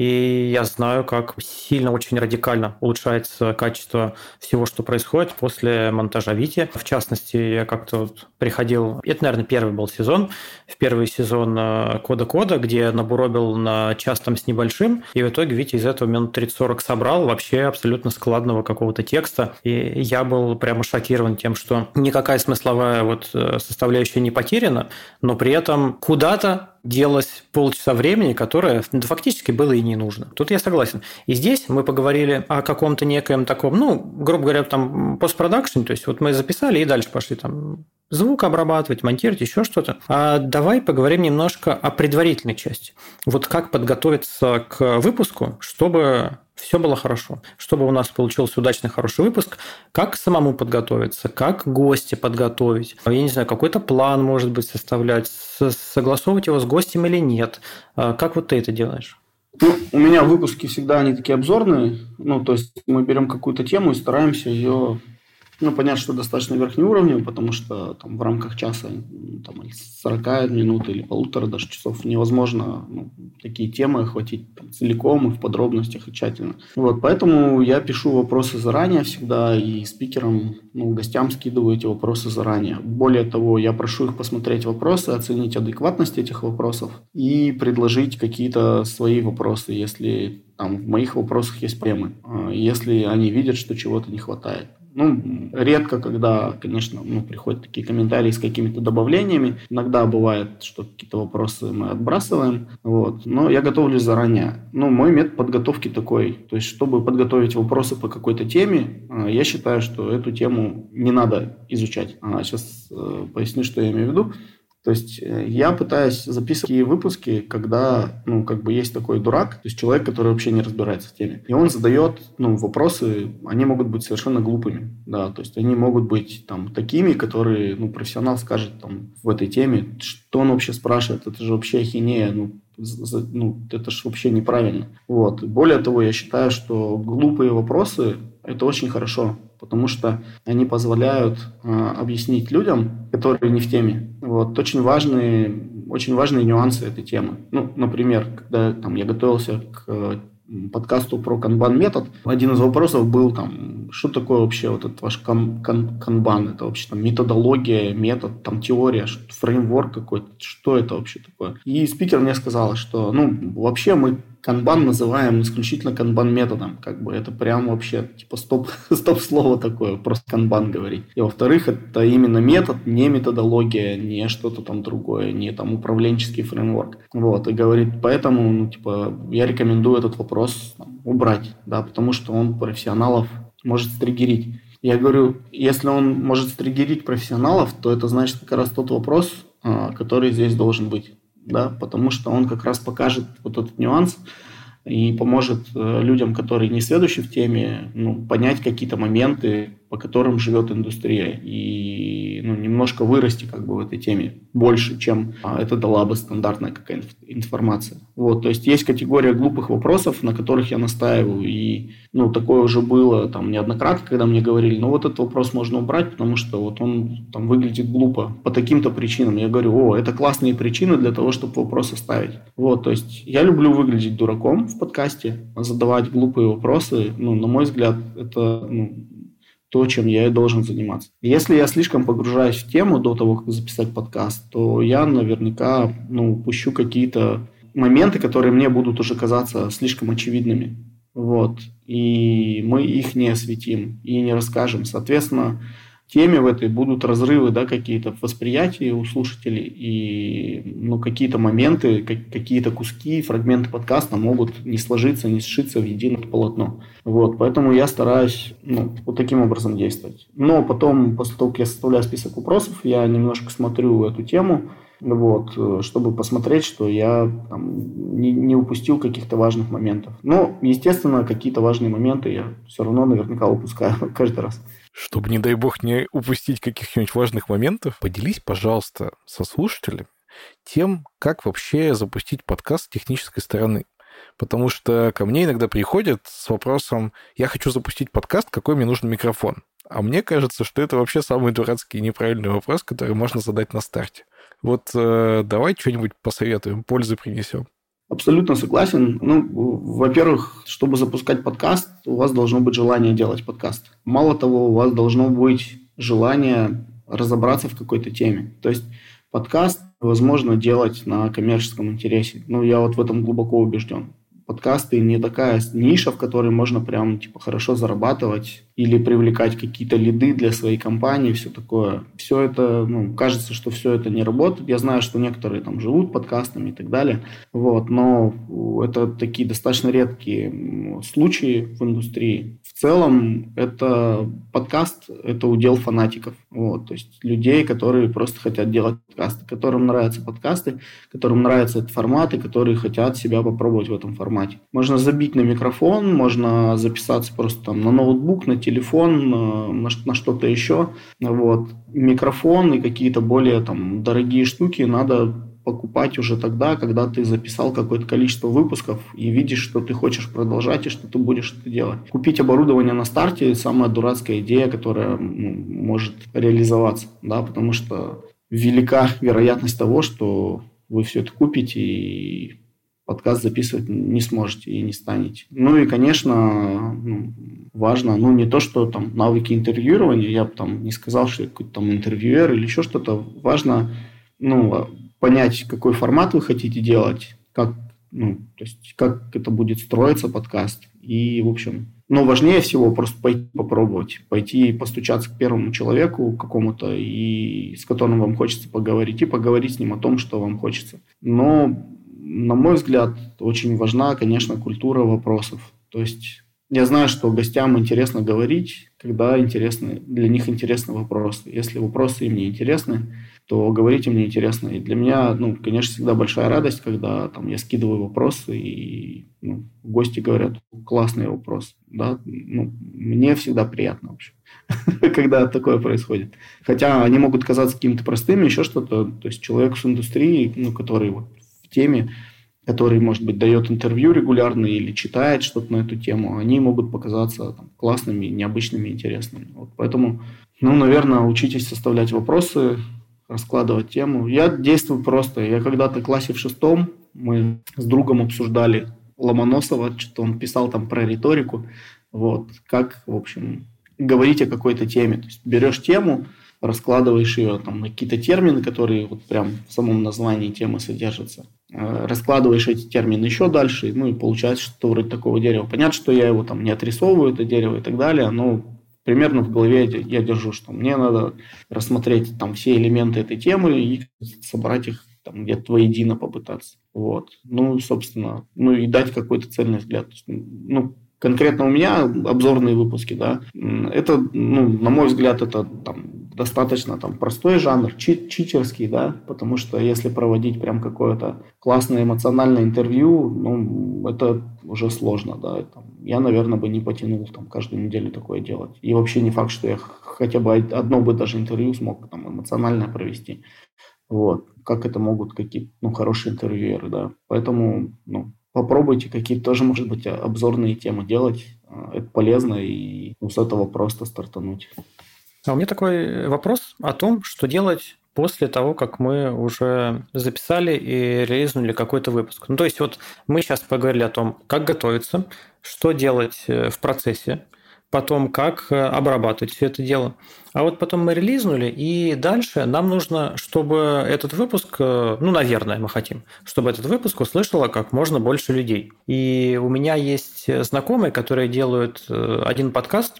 S2: И я знаю, как сильно, очень радикально улучшается качество всего, что происходит после монтажа Вити. В частности, я как-то приходил... Это, наверное, первый был сезон. В первый сезон Кода-Кода, где я набуробил на час там с небольшим. И в итоге Витя из этого минут 30-40 собрал вообще абсолютно складного какого-то текста. И я был прямо шокирован тем, что никакая смысловая составляющая не потеряна, но при этом куда-то делалось полчаса времени, которое фактически было и не нужно. Тут я согласен. И здесь мы поговорили о каком-то некоем таком, грубо говоря, там постпродакшн, то есть вот мы записали и дальше пошли там звук обрабатывать, монтировать, еще что-то. А давай поговорим немножко о предварительной части. Вот как подготовиться к выпуску, чтобы все было хорошо, чтобы у нас получился удачный, хороший выпуск, как самому подготовиться, как гостя подготовить, я не знаю, какой-то план, может быть, составлять, согласовывать его с гостем или нет. Как вот ты это делаешь?
S3: У меня выпуски всегда они такие обзорные, то есть мы берем какую-то тему и стараемся ее... понятно, что достаточно верхнеуровневый, потому что там в рамках часа, там, 40 минут или 1,5 даже часов невозможно такие темы охватить там, целиком и в подробностях и тщательно. Поэтому я пишу вопросы заранее всегда и спикерам, гостям скидываю эти вопросы заранее. Более того, я прошу их посмотреть вопросы, оценить адекватность этих вопросов и предложить какие-то свои вопросы, если там в моих вопросах есть проблемы, если они видят, что чего-то не хватает. Ну, редко, когда, конечно, приходят такие комментарии с какими-то добавлениями. Иногда бывает, что какие-то вопросы мы отбрасываем. Вот. Но я готовлюсь заранее. Ну, мой метод подготовки такой. То есть, чтобы подготовить вопросы по какой-то теме, я считаю, что эту тему не надо изучать. Сейчас поясню, что я имею в виду. То есть я пытаюсь записывать такие выпуски, когда, есть такой дурак, то есть человек, который вообще не разбирается в теме. И он задает, вопросы, они могут быть совершенно глупыми, да, то есть они могут быть там такими, которые, профессионал скажет там в этой теме, что он вообще спрашивает, это же вообще ахинея, это же вообще неправильно. Вот. Более того, я считаю, что глупые вопросы – это очень хорошо, потому что они позволяют объяснить людям, которые не в теме, вот, очень важные нюансы этой темы. Ну, например, когда я готовился к подкасту про канбан-метод, один из вопросов был что такое вообще вот этот ваш канбан? Это вообще методология, метод, теория, фреймворк какой-то, что это вообще такое? И спикер мне сказал, что, вообще мы канбан называем исключительно канбан-методом, это прям вообще стоп-слово такое, просто канбан говорить. И во-вторых, это именно метод, не методология, не что-то другое, не управленческий фреймворк. Вот, и говорит, поэтому, я рекомендую этот вопрос убрать, да, потому что он профессионалов может стригерить. Я говорю, если он может стригерить профессионалов, то это значит как раз тот вопрос, который здесь должен быть, да, потому что он как раз покажет вот этот нюанс и поможет людям, которые не сведущи в теме, понять какие-то моменты, по которым живет индустрия, и немножко вырасти в этой теме больше, чем это дала бы стандартная какая-то информация. Вот, то есть есть категория глупых вопросов, на которых я настаиваю, и такое уже было неоднократно, когда мне говорили, этот вопрос можно убрать, потому что вот он выглядит глупо по таким-то причинам. Я говорю, это классные причины для того, чтобы вопрос оставить. Вот, то есть я люблю выглядеть дураком в подкасте, задавать глупые вопросы, на мой взгляд, это то, чем я и должен заниматься. Если я слишком погружаюсь в тему до того, как записать подкаст, то я наверняка упущу какие-то моменты, которые мне будут уже казаться слишком очевидными. Вот. И мы их не осветим и не расскажем. Соответственно, теме в этой будут разрывы, да, какие-то в восприятии у слушателей, и какие-то моменты, какие-то куски, фрагменты подкаста могут не сложиться, не сшиться в единое полотно. Вот, поэтому я стараюсь вот таким образом действовать. Но потом, после того, как я составляю список вопросов, я немножко смотрю эту тему, вот, чтобы посмотреть, что я не упустил каких-то важных моментов. Но, естественно, какие-то важные моменты я все равно наверняка упускаю каждый раз.
S1: Чтобы, не дай бог, не упустить каких-нибудь важных моментов, поделись, пожалуйста, со слушателями тем, как вообще запустить подкаст с технической стороны. Потому что ко мне иногда приходят с вопросом: я хочу запустить подкаст, какой мне нужен микрофон? А мне кажется, что это вообще самый дурацкий и неправильный вопрос, который можно задать на старте. Вот давай что-нибудь посоветуем, пользы принесем.
S3: Абсолютно согласен. Во-первых, чтобы запускать подкаст, у вас должно быть желание делать подкаст. Мало того, у вас должно быть желание разобраться в какой-то теме. То есть подкаст возможно делать на коммерческом интересе. Я вот в этом глубоко убежден. Подкасты не такая ниша, в которой можно прям хорошо зарабатывать или привлекать какие-то лиды для своей компании, все такое. Все это, кажется, что все это не работает. Я знаю, что некоторые живут подкастами и так далее. Вот, но это такие достаточно редкие случаи в индустрии. В целом, подкаст – это удел фанатиков. Вот, то есть людей, которые просто хотят делать подкасты, которым нравятся подкасты, которым нравится этот формат и которые хотят себя попробовать в этом формате. Можно забить на микрофон, можно записаться просто на ноутбук, на телефон, на что-то еще. Вот. Микрофон и какие-то более дорогие штуки надо покупать уже тогда, когда ты записал какое-то количество выпусков и видишь, что ты хочешь продолжать и что ты будешь это делать. Купить оборудование на старте – самая дурацкая идея, которая может реализоваться, да, потому что велика вероятность того, что вы все это купите и подкаст записывать не сможете и не станете. И, конечно, важно, не то, что навыки интервьюирования, я бы не сказал, что я какой-то интервьюер или еще что-то. Важно, понять, какой формат вы хотите делать, как это будет строиться подкаст. И, в общем, Но важнее всего просто пойти попробовать, пойти постучаться к первому человеку какому-то, и с которым вам хочется поговорить, и поговорить с ним о том, что вам хочется. Но, на мой взгляд, очень важна, конечно, культура вопросов. То есть я знаю, что гостям интересно говорить, когда для них интересны вопросы. Если вопросы им не интересны, то говорить им не интересно. И для меня, конечно, всегда большая радость, когда я скидываю вопросы, и гости говорят: классный вопрос. Да? Мне всегда приятно вообще, когда такое происходит. Хотя они могут казаться какими-то простыми, еще что-то. То есть человек с индустрии, который в теме, который, может быть, дает интервью регулярно или читает что-то на эту тему, они могут показаться классными, необычными, интересными. Поэтому, наверное, учитесь составлять вопросы, раскладывать тему. Я действую просто. Я когда-то в классе в 6 мы с другом обсуждали Ломоносова, что он писал там про риторику. Как, в общем, говорить о какой-то теме. То есть берешь тему, раскладываешь ее на какие-то термины, которые прям в самом названии темы содержатся. Раскладываешь эти термины еще дальше, и получается что-то вроде такого дерева. Понятно, что я его не отрисовываю, это дерево и так далее, но примерно в голове я держу, что мне надо рассмотреть все элементы этой темы и собрать их где-то воедино попытаться. Собственно, и дать какой-то цельный взгляд. Конкретно у меня обзорные выпуски, да, это, на мой взгляд, это достаточно простой жанр, читерский, да, потому что если проводить прям какое-то классное эмоциональное интервью, это уже сложно, да. Я, наверное, бы не потянул каждую неделю такое делать. И вообще не факт, что я хотя бы одно бы даже интервью смог эмоциональное провести. Как это могут какие-то хорошие интервьюеры, да. Поэтому, попробуйте какие-то тоже, может быть, обзорные темы делать. Это полезно, и с этого просто стартануть.
S2: А у меня такой вопрос о том, что делать после того, как мы уже записали и релизнули какой-то выпуск. То есть мы сейчас поговорили о том, как готовиться, что делать в процессе, потом как обрабатывать все это дело. А потом мы релизнули, и дальше нам нужно, чтобы этот выпуск, наверное, мы хотим, чтобы этот выпуск услышало как можно больше людей. И у меня есть знакомые, которые делают один подкаст,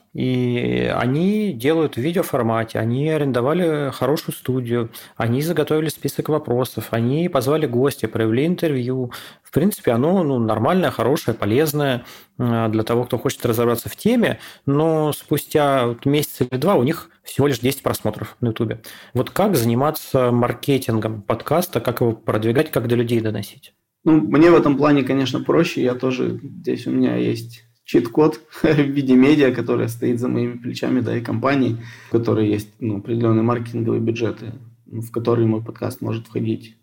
S2: и они делают в видеоформате, они арендовали хорошую студию, они заготовили список вопросов, они позвали гостя, провели интервью. В принципе, оно нормальное, хорошее, полезное для того, кто хочет разобраться в теме, но спустя месяц или два у них всего лишь 10 просмотров на Ютубе. Как заниматься маркетингом подкаста, как его продвигать, как до людей доносить?
S3: Мне в этом плане, конечно, проще. Я тоже, здесь у меня есть чит-код в виде медиа, которая стоит за моими плечами, да, и компании, в которой есть определенные маркетинговые бюджеты, в которые мой подкаст может входить.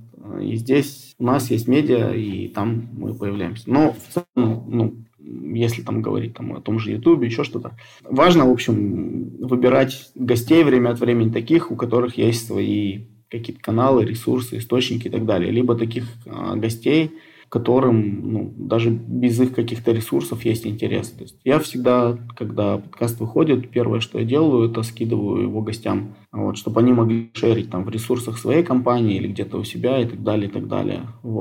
S3: И здесь у нас есть медиа, и там мы появляемся. Но в целом, если говорить о том же Ютубе, еще что-то. Важно, в общем, выбирать гостей время от времени таких, у которых есть свои какие-то каналы, ресурсы, источники и так далее. Либо таких гостей, которым даже без их каких-то ресурсов есть интерес. То есть я всегда, когда подкаст выходит, первое, что я делаю, это скидываю его гостям, чтобы они могли шерить в ресурсах своей компании или где-то у себя и так далее, и так далее.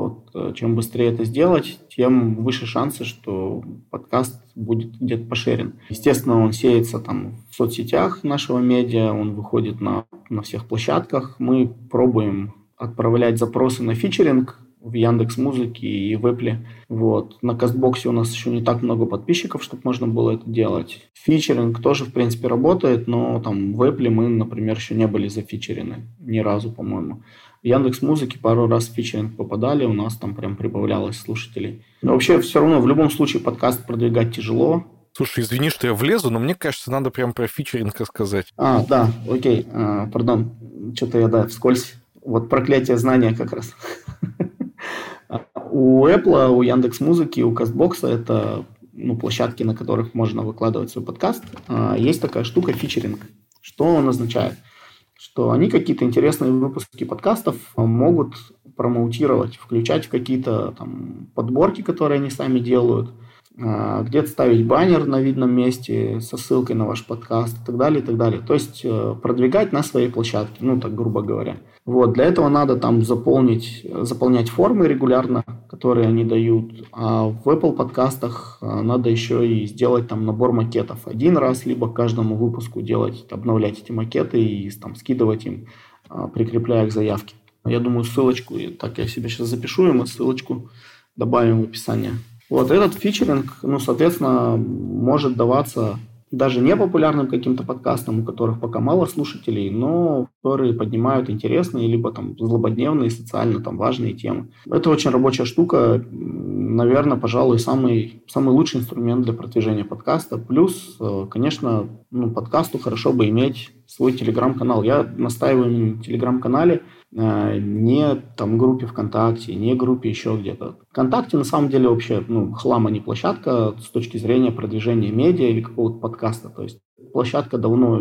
S3: Чем быстрее это сделать, тем выше шансы, что подкаст будет где-то пошерен. Естественно, он сеется в соцсетях нашего медиа, он выходит на всех площадках. Мы пробуем отправлять запросы на фичеринг в Яндекс.Музыке и в Apple. На Кастбоксе у нас еще не так много подписчиков, чтобы можно было это делать. Фичеринг тоже, в принципе, работает, но в Apple мы, например, еще не были зафичерены ни разу, по-моему. В Яндекс.Музыке пару раз в фичеринг попадали, у нас там прям прибавлялось слушателей. Но вообще, все равно, в любом случае, подкаст продвигать тяжело.
S1: Слушай, извини, что я влезу, но мне кажется, надо прям про фичеринг рассказать.
S3: Да, окей, пардон, что-то я, вскользь. Проклятие знания как раз. У Apple, у Яндекс.Музыки, у Кастбокса, это площадки, на которых можно выкладывать свой подкаст, есть такая штука фичеринг. Что он означает? Что они какие-то интересные выпуски подкастов могут промоутировать, включать в какие-то подборки, которые они сами делают. где-то ставить баннер на видном месте со ссылкой на ваш подкаст и так далее, и так далее. То есть продвигать на своей площадке, ну так грубо говоря. Вот, для этого надо там заполнять формы регулярно, которые они дают. А в Apple подкастах надо еще и сделать там набор макетов один раз, либо к каждому выпуску обновлять эти макеты и там скидывать им, прикрепляя к заявке. Я думаю, ссылочку, так я себе сейчас запишу, и мы ссылочку добавим в описание. Вот этот фичеринг, соответственно, может даваться даже непопулярным каким-то подкастам, у которых пока мало слушателей, но которые поднимают интересные, либо там злободневные, социально там важные темы. Это очень рабочая штука, наверное, пожалуй, самый лучший инструмент для продвижения подкаста. Плюс, конечно, подкасту хорошо бы иметь свой телеграм-канал. Я настаиваю на телеграм-канале, не там группе ВКонтакте, не группе еще где-то. ВКонтакте на самом деле вообще хлам, а не площадка с точки зрения продвижения медиа или какого-то подкаста. То есть площадка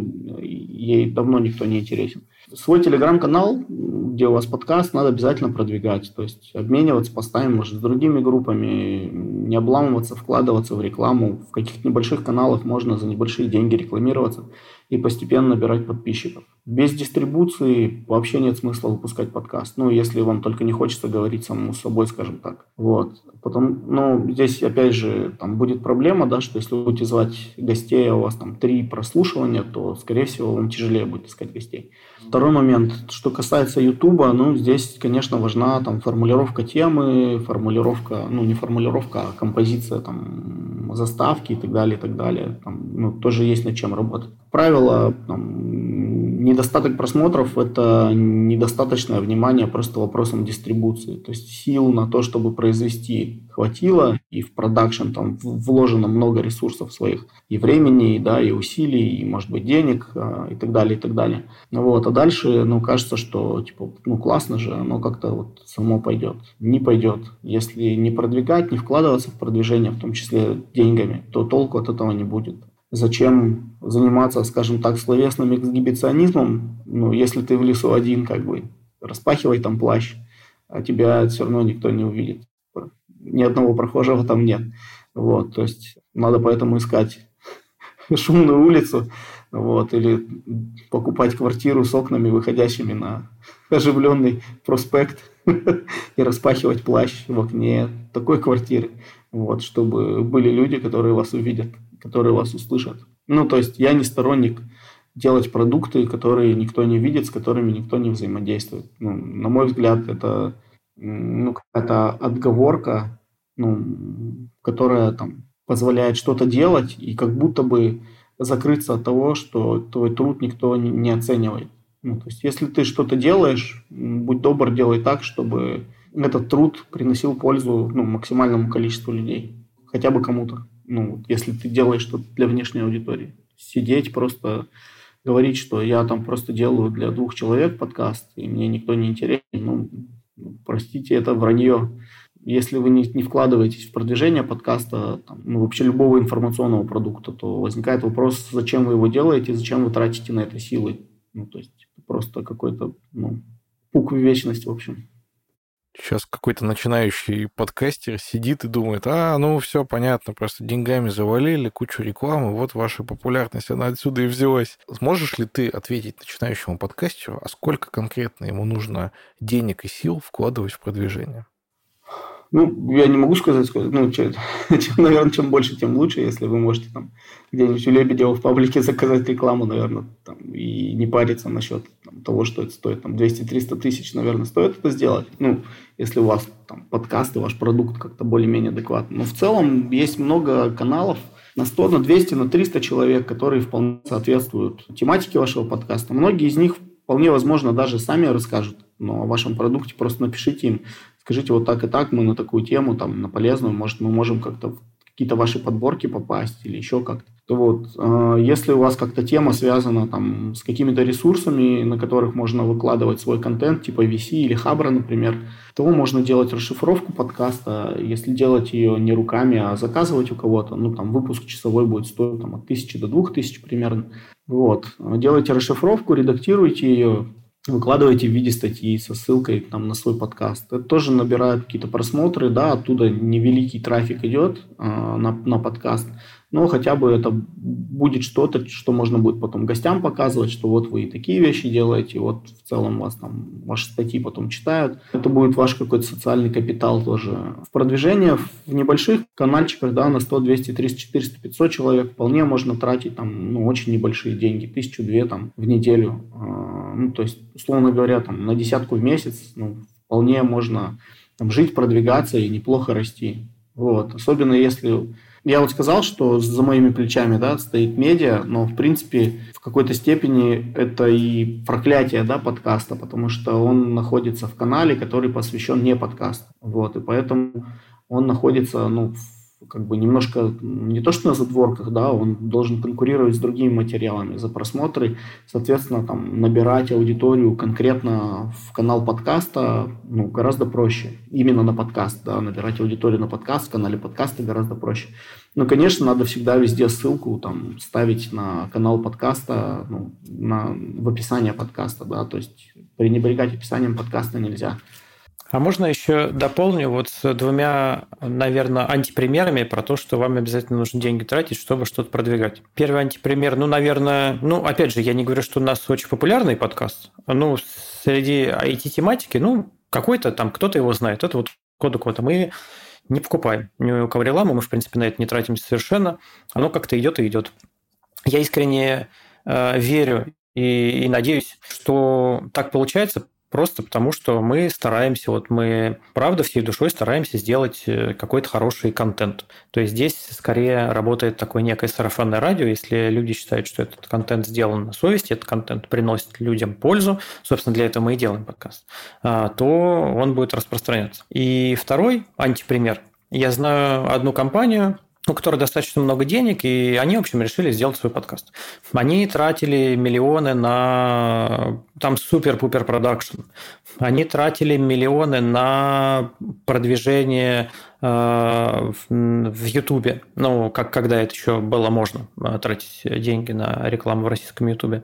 S3: ей давно никто не интересен. Свой телеграм-канал, где у вас подкаст, надо обязательно продвигать. То есть обмениваться постами, может, с другими группами, не обламываться, вкладываться в рекламу. В каких-то небольших каналах можно за небольшие деньги рекламироваться и постепенно набирать подписчиков. Без дистрибуции вообще нет смысла выпускать подкаст. Если вам только не хочется говорить самому с собой, скажем так. Вот. Потом, здесь, опять же, там будет проблема, да, что если вы будете звать гостей, а у вас там 3 прослушивания, то, скорее всего, вам тяжелее будет искать гостей. Второй момент, что касается Ютуба, здесь, конечно, важна там формулировка темы, не формулировка, а композиция там заставки и так далее, и так далее. Там, тоже есть над чем работать. Правило, недостаток просмотров – это недостаточное внимание просто вопросам дистрибуции. То есть сил на то, чтобы произвести, хватило, и в продакшн там вложено много ресурсов своих, и времени, и усилий, и, может быть, денег, и так далее, и так далее. Вот. А дальше, кажется, что, классно же, оно как-то само пойдет. Не пойдет. Если не продвигать, не вкладываться в продвижение, в том числе деньгами, то толку от этого не будет. Зачем заниматься, скажем так, словесным эксгибиционизмом, если ты в лесу один, распахивай там плащ, а тебя все равно никто не увидит. Ни одного прохожего там нет. Вот, то есть надо поэтому искать шумную улицу, или покупать квартиру с окнами, выходящими на оживленный проспект и распахивать плащ в окне такой квартиры, чтобы были люди, которые вас увидят, которые вас услышат. То есть я не сторонник делать продукты, которые никто не видит, с которыми никто не взаимодействует. На мой взгляд, это какая-то отговорка, которая там позволяет что-то делать и как будто бы закрыться от того, что твой труд никто не оценивает. То есть если ты что-то делаешь, будь добр, делай так, чтобы этот труд приносил пользу максимальному количеству людей. Хотя бы кому-то. Если ты делаешь что-то для внешней аудитории. Сидеть просто говорить, что я там просто делаю для 2 человек подкаст, и мне никто не интересен, простите, это вранье. Если вы не вкладываетесь в продвижение подкаста, вообще любого информационного продукта, то возникает вопрос, зачем вы его делаете, зачем вы тратите на это силы. То есть просто какой-то пук в вечность, в общем.
S1: Сейчас какой-то начинающий подкастер сидит и думает, все понятно, просто деньгами завалили, кучу рекламы, вот ваша популярность, она отсюда и взялась. Сможешь ли ты ответить начинающему подкастеру, а сколько конкретно ему нужно денег и сил вкладывать в продвижение?
S3: Я не могу сказать, наверное, чем больше, тем лучше, если вы можете там где-нибудь у Лебедева в паблике заказать рекламу, наверное, и не париться насчет того, что это стоит, 200-300 тысяч, наверное, стоит это сделать, если у вас там подкаст и ваш продукт как-то более-менее адекватный. Но в целом есть много каналов, на 100, на 200, на 300 человек, которые вполне соответствуют тематике вашего подкаста. Многие из них вполне возможно даже сами расскажут, но о вашем продукте просто напишите им, скажите вот так и так, мы на такую тему, на полезную, может, мы можем как-то в какие-то ваши подборки попасть или еще как-то. Если у вас как-то тема связана с какими-то ресурсами, на которых можно выкладывать свой контент, типа VC или Хабра, например, то можно делать расшифровку подкаста, если делать ее не руками, а заказывать у кого-то, выпуск часовой будет стоить от 1000 до 2000 примерно. Делайте расшифровку, редактируйте ее, выкладываете в виде статьи со ссылкой там, на свой подкаст. Это тоже набирает какие-то просмотры, да, оттуда невеликий трафик идет на подкаст, но хотя бы это будет что-то, что можно будет потом гостям показывать, что вот вы и такие вещи делаете, вот в целом вас там ваши статьи потом читают. Это будет ваш какой-то социальный капитал тоже. В продвижение в небольших канальчиках, да, на 100, 200, 300, 400, 500 человек вполне можно тратить там, ну, очень небольшие деньги, 1000-2 там в неделю. Ну, то есть, условно говоря, там, на десятку в месяц, ну, вполне можно там, жить, продвигаться и неплохо расти. Вот. Особенно если... Я вот сказал, что за моими плечами, да, стоит медиа, но, в принципе, в какой-то степени это и проклятие, да, подкаста, потому что он находится в канале, который посвящен не подкасту. Вот. И поэтому он находится, ну, как бы немножко не то что на задворках, да, он должен конкурировать с другими материалами за просмотры, соответственно, там набирать аудиторию конкретно в канал подкаста, ну, гораздо проще. Именно на подкаст, да, набирать аудиторию на подкаст, в канале подкаста гораздо проще. Ну, конечно, надо всегда везде ссылку там ставить на канал подкаста, ну, в описание подкаста, да, то есть пренебрегать описанием подкаста нельзя.
S2: А можно еще дополню вот с 2, наверное, антипримерами про то, что вам обязательно нужно деньги тратить, чтобы что-то продвигать. Первый антипример, ну, наверное, ну, опять же, я не говорю, что у нас очень популярный подкаст, ну, среди IT-тематики, ну, какой-то там, кто-то его знает, это вот Кода мы не покупаем. Ни у кого рекламу, мы, в принципе, на это не тратимся совершенно, оно как-то идет и идет. Я искренне верю и надеюсь, что так получается, просто потому, что мы стараемся, вот мы, правда, всей душой стараемся сделать какой-то хороший контент. То есть здесь скорее работает такое некое сарафанное радио. Если люди считают, что этот контент сделан на совести, этот контент приносит людям пользу, собственно, для этого мы и делаем подкаст, то он будет распространяться. И второй антипример. Я знаю одну компанию, у которой достаточно много денег, и они, в общем, решили сделать свой подкаст. Они тратили миллионы на там супер-пупер продакшн. Они тратили миллионы на продвижение в Ютубе. Ну, когда это еще было можно тратить деньги на рекламу в российском Ютубе.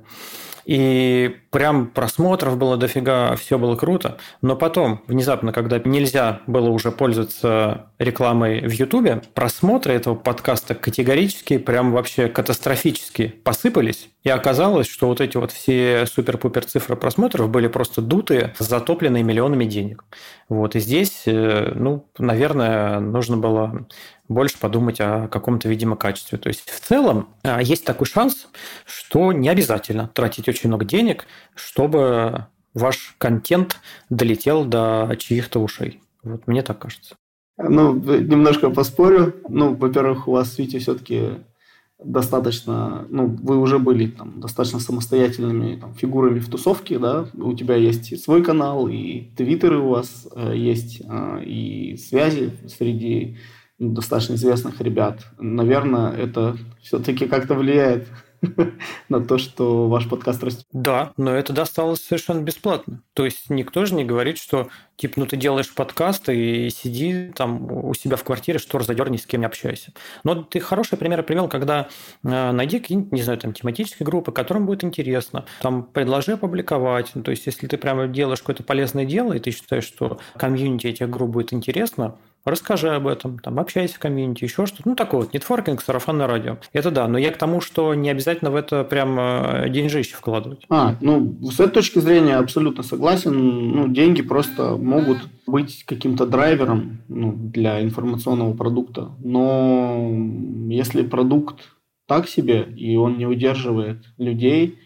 S2: И прям просмотров было дофига, все было круто. Но потом, внезапно, когда нельзя было уже пользоваться рекламой в Ютубе, просмотры этого подкаста категорически, прям вообще катастрофически посыпались. И оказалось, что вот эти вот все супер-пупер цифры просмотров были просто дутые, затопленные миллионами денег. Вот. И здесь, ну, наверное, нужно было больше подумать о каком-то, видимо, качестве. То есть в целом есть такой шанс, что не обязательно тратить очень много денег, чтобы ваш контент долетел до чьих-то ушей. Вот мне так кажется.
S3: Ну, немножко поспорю. Ну, во-первых, у вас, видите, все-таки достаточно, ну, вы уже были там достаточно самостоятельными там, фигурами в тусовке, да, у тебя есть и свой канал, и твиттеры у вас есть, и связи среди достаточно известных ребят. Наверное, это все-таки как-то влияет на то, что ваш подкаст растет.
S2: Да, но это досталось совершенно бесплатно. То есть никто же не говорит, что типа, ну ты делаешь подкаст и сиди там у себя в квартире, штор задерни, с кем не общайся. Но ты хороший пример привел, когда найди какие-нибудь, не знаю, там тематические группы, которым будет интересно, там предложи опубликовать. То есть если ты прямо делаешь какое-то полезное дело, и ты считаешь, что комьюнити этих групп будет интересно, расскажи об этом, там, общайся в комьюнити, еще что-то. Ну, такой вот нетворкинг, сарафанное радио. Это да, но я к тому, что не обязательно в это прям деньжище вкладывать.
S3: Ну, с этой точки зрения абсолютно согласен. Ну, деньги просто могут быть каким-то драйвером, ну, для информационного продукта. Но если продукт так себе, и он не удерживает людей,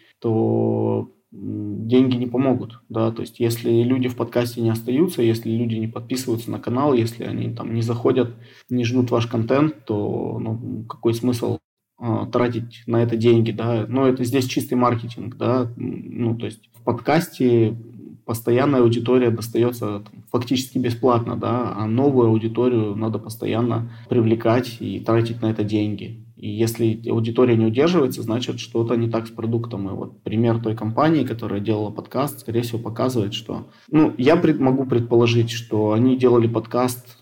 S3: то деньги не помогут, да, то есть если люди в подкасте не остаются, если люди не подписываются на канал, если они там не заходят, не ждут ваш контент, то ну, какой смысл тратить на это деньги, да, но это здесь чистый маркетинг, да, ну, то есть в подкасте постоянная аудитория достается фактически бесплатно, да, а новую аудиторию надо постоянно привлекать и тратить на это деньги. И если аудитория не удерживается, значит, что-то не так с продуктом. И вот пример той компании, которая делала подкаст, скорее всего, показывает, что... Ну, я могу предположить, что они делали подкаст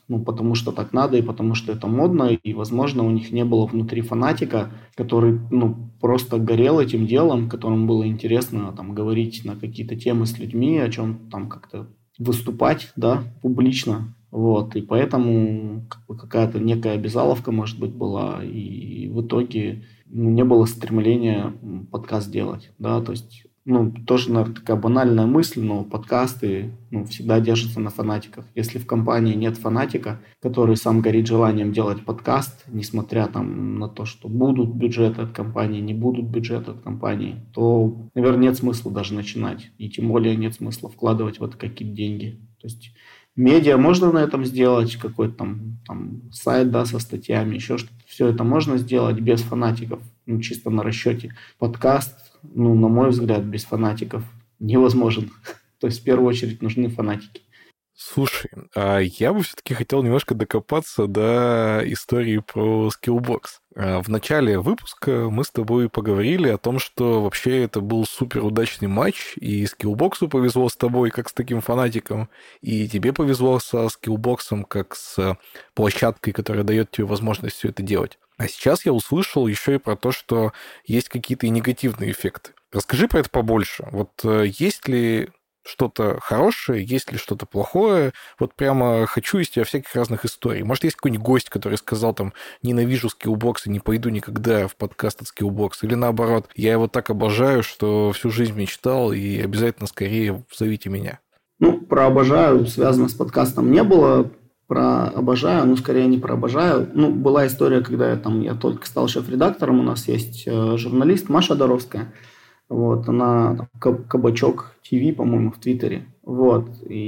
S3: ну, потому что так надо и потому что это модно, и, возможно, у них не было внутри фанатика, который, ну, просто горел этим делом, которому было интересно там говорить на какие-то темы с людьми, о чем там как-то выступать, да, публично. Вот, и поэтому как бы какая-то некая обязаловка, может быть, была, и в итоге не было стремления подкаст делать, да, то есть, ну, тоже, наверное, такая банальная мысль, но подкасты, ну, всегда держатся на фанатиках. Если в компании нет фанатика, который сам горит желанием делать подкаст, несмотря там на то, что будут бюджеты от компании, не будут бюджеты от компании, то, наверное, нет смысла даже начинать, и тем более нет смысла вкладывать в это какие-то деньги. То есть медиа можно на этом сделать, какой-то там сайт, да, со статьями, еще что-то. Все это можно сделать без фанатиков, ну, чисто на расчете. Подкаст, ну, на мой взгляд, без фанатиков невозможен. То есть в первую очередь нужны фанатики.
S1: Слушай, а я бы все-таки хотел немножко докопаться до истории про Skillbox. В начале выпуска мы с тобой поговорили о том, что вообще это был супер удачный матч, и Skillbox повезло с тобой, как с таким фанатиком, и тебе повезло со Skillbox, как с площадкой, которая дает тебе возможность все это делать. А сейчас я услышал еще и про то, что есть какие-то и негативные эффекты. Расскажи про это побольше. Вот есть ли что-то хорошее, есть ли что-то плохое? Вот прямо хочу из тебя всяких разных историй. Может, есть какой-нибудь гость, который сказал там: ненавижу Skillbox и не пойду никогда в подкаст от Skillbox. Или наоборот, я его так обожаю, что всю жизнь мечтал, и обязательно скорее зовите меня.
S3: Ну, про обожаю связано с подкастом не было. Про обожаю, ну, скорее не про обожаю. Ну, была история, когда я только стал шеф-редактором. У нас есть журналист Маша Доровская. Вот, она Кабачок ТВ, по-моему, в Твиттере. Вот,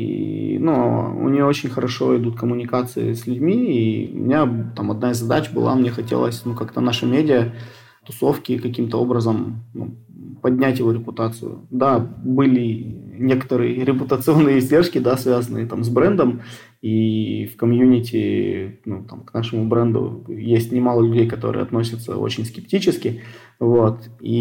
S3: и, ну, у нее очень хорошо идут коммуникации с людьми, и у меня там одна из задач была, мне хотелось, ну, как-то наши медиа, тусовки каким-то образом, ну, поднять его репутацию. Да, были некоторые репутационные издержки, да, связанные там с брендом, и в комьюнити, ну, там, к нашему бренду есть немало людей, которые относятся очень скептически, вот,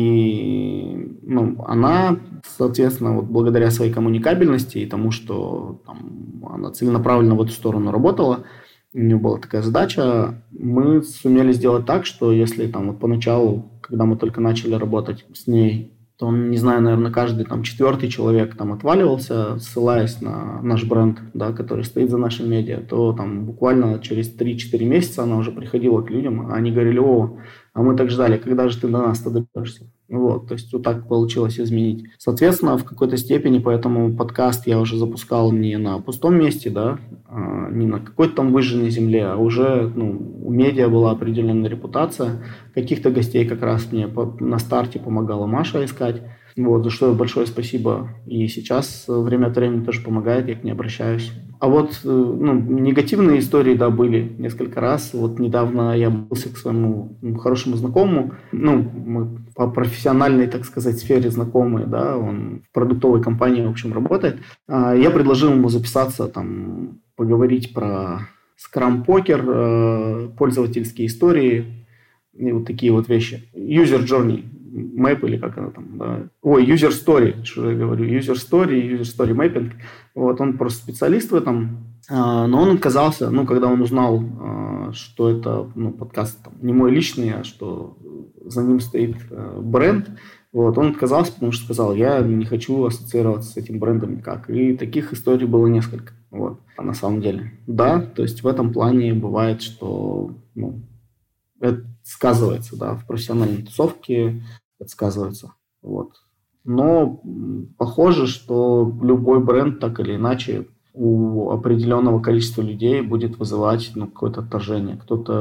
S3: и, ну, она, соответственно, вот благодаря своей коммуникабельности и тому, что там, она целенаправленно в эту сторону работала, у нее была такая задача, мы сумели сделать так, что если там вот поначалу, когда мы только начали работать с ней, то, не знаю, наверное, каждый там четвертый человек там отваливался, ссылаясь на наш бренд, да, который стоит за нашим медиа, то там буквально через 3-4 месяца она уже приходила к людям, а они говорили: о, а мы так ждали, когда же ты до нас-то доберешься? Вот, то есть вот так получилось изменить. Соответственно, в какой-то степени, поэтому подкаст я уже запускал не на пустом месте, да, не на какой-то там выжженной земле, а уже, ну, у медиа была определенная репутация. Каких-то гостей как раз мне на старте помогала Маша искать. Вот, за что ей большое спасибо. И сейчас время от времени тоже помогает, я к ней обращаюсь. А вот, ну, негативные истории, да, были несколько раз. Вот недавно я обратился к своему хорошему знакомому. Ну, мы по профессиональной, так сказать, сфере знакомые, да, он в продуктовой компании, в общем, работает. Я предложил ему записаться, там, поговорить про скрам-покер, пользовательские истории и вот такие вот вещи. User Journey Map, или как она там, да. Ой, User Story, что я говорю, User Story Mapping. Вот, он просто специалист в этом, но он отказался, ну, когда он узнал, что это, ну, подкаст там, не мой личный, а что за ним стоит бренд. Вот, он отказался, потому что сказал: я не хочу ассоциироваться с этим брендом никак. И таких историй было несколько. Вот, на самом деле. Да, то есть в этом плане бывает, что, ну, это сказывается, да, в профессиональной тусовке это сказывается. Вот. Но похоже, что любой бренд так или иначе у определенного количества людей будет вызывать, ну, какое-то отторжение.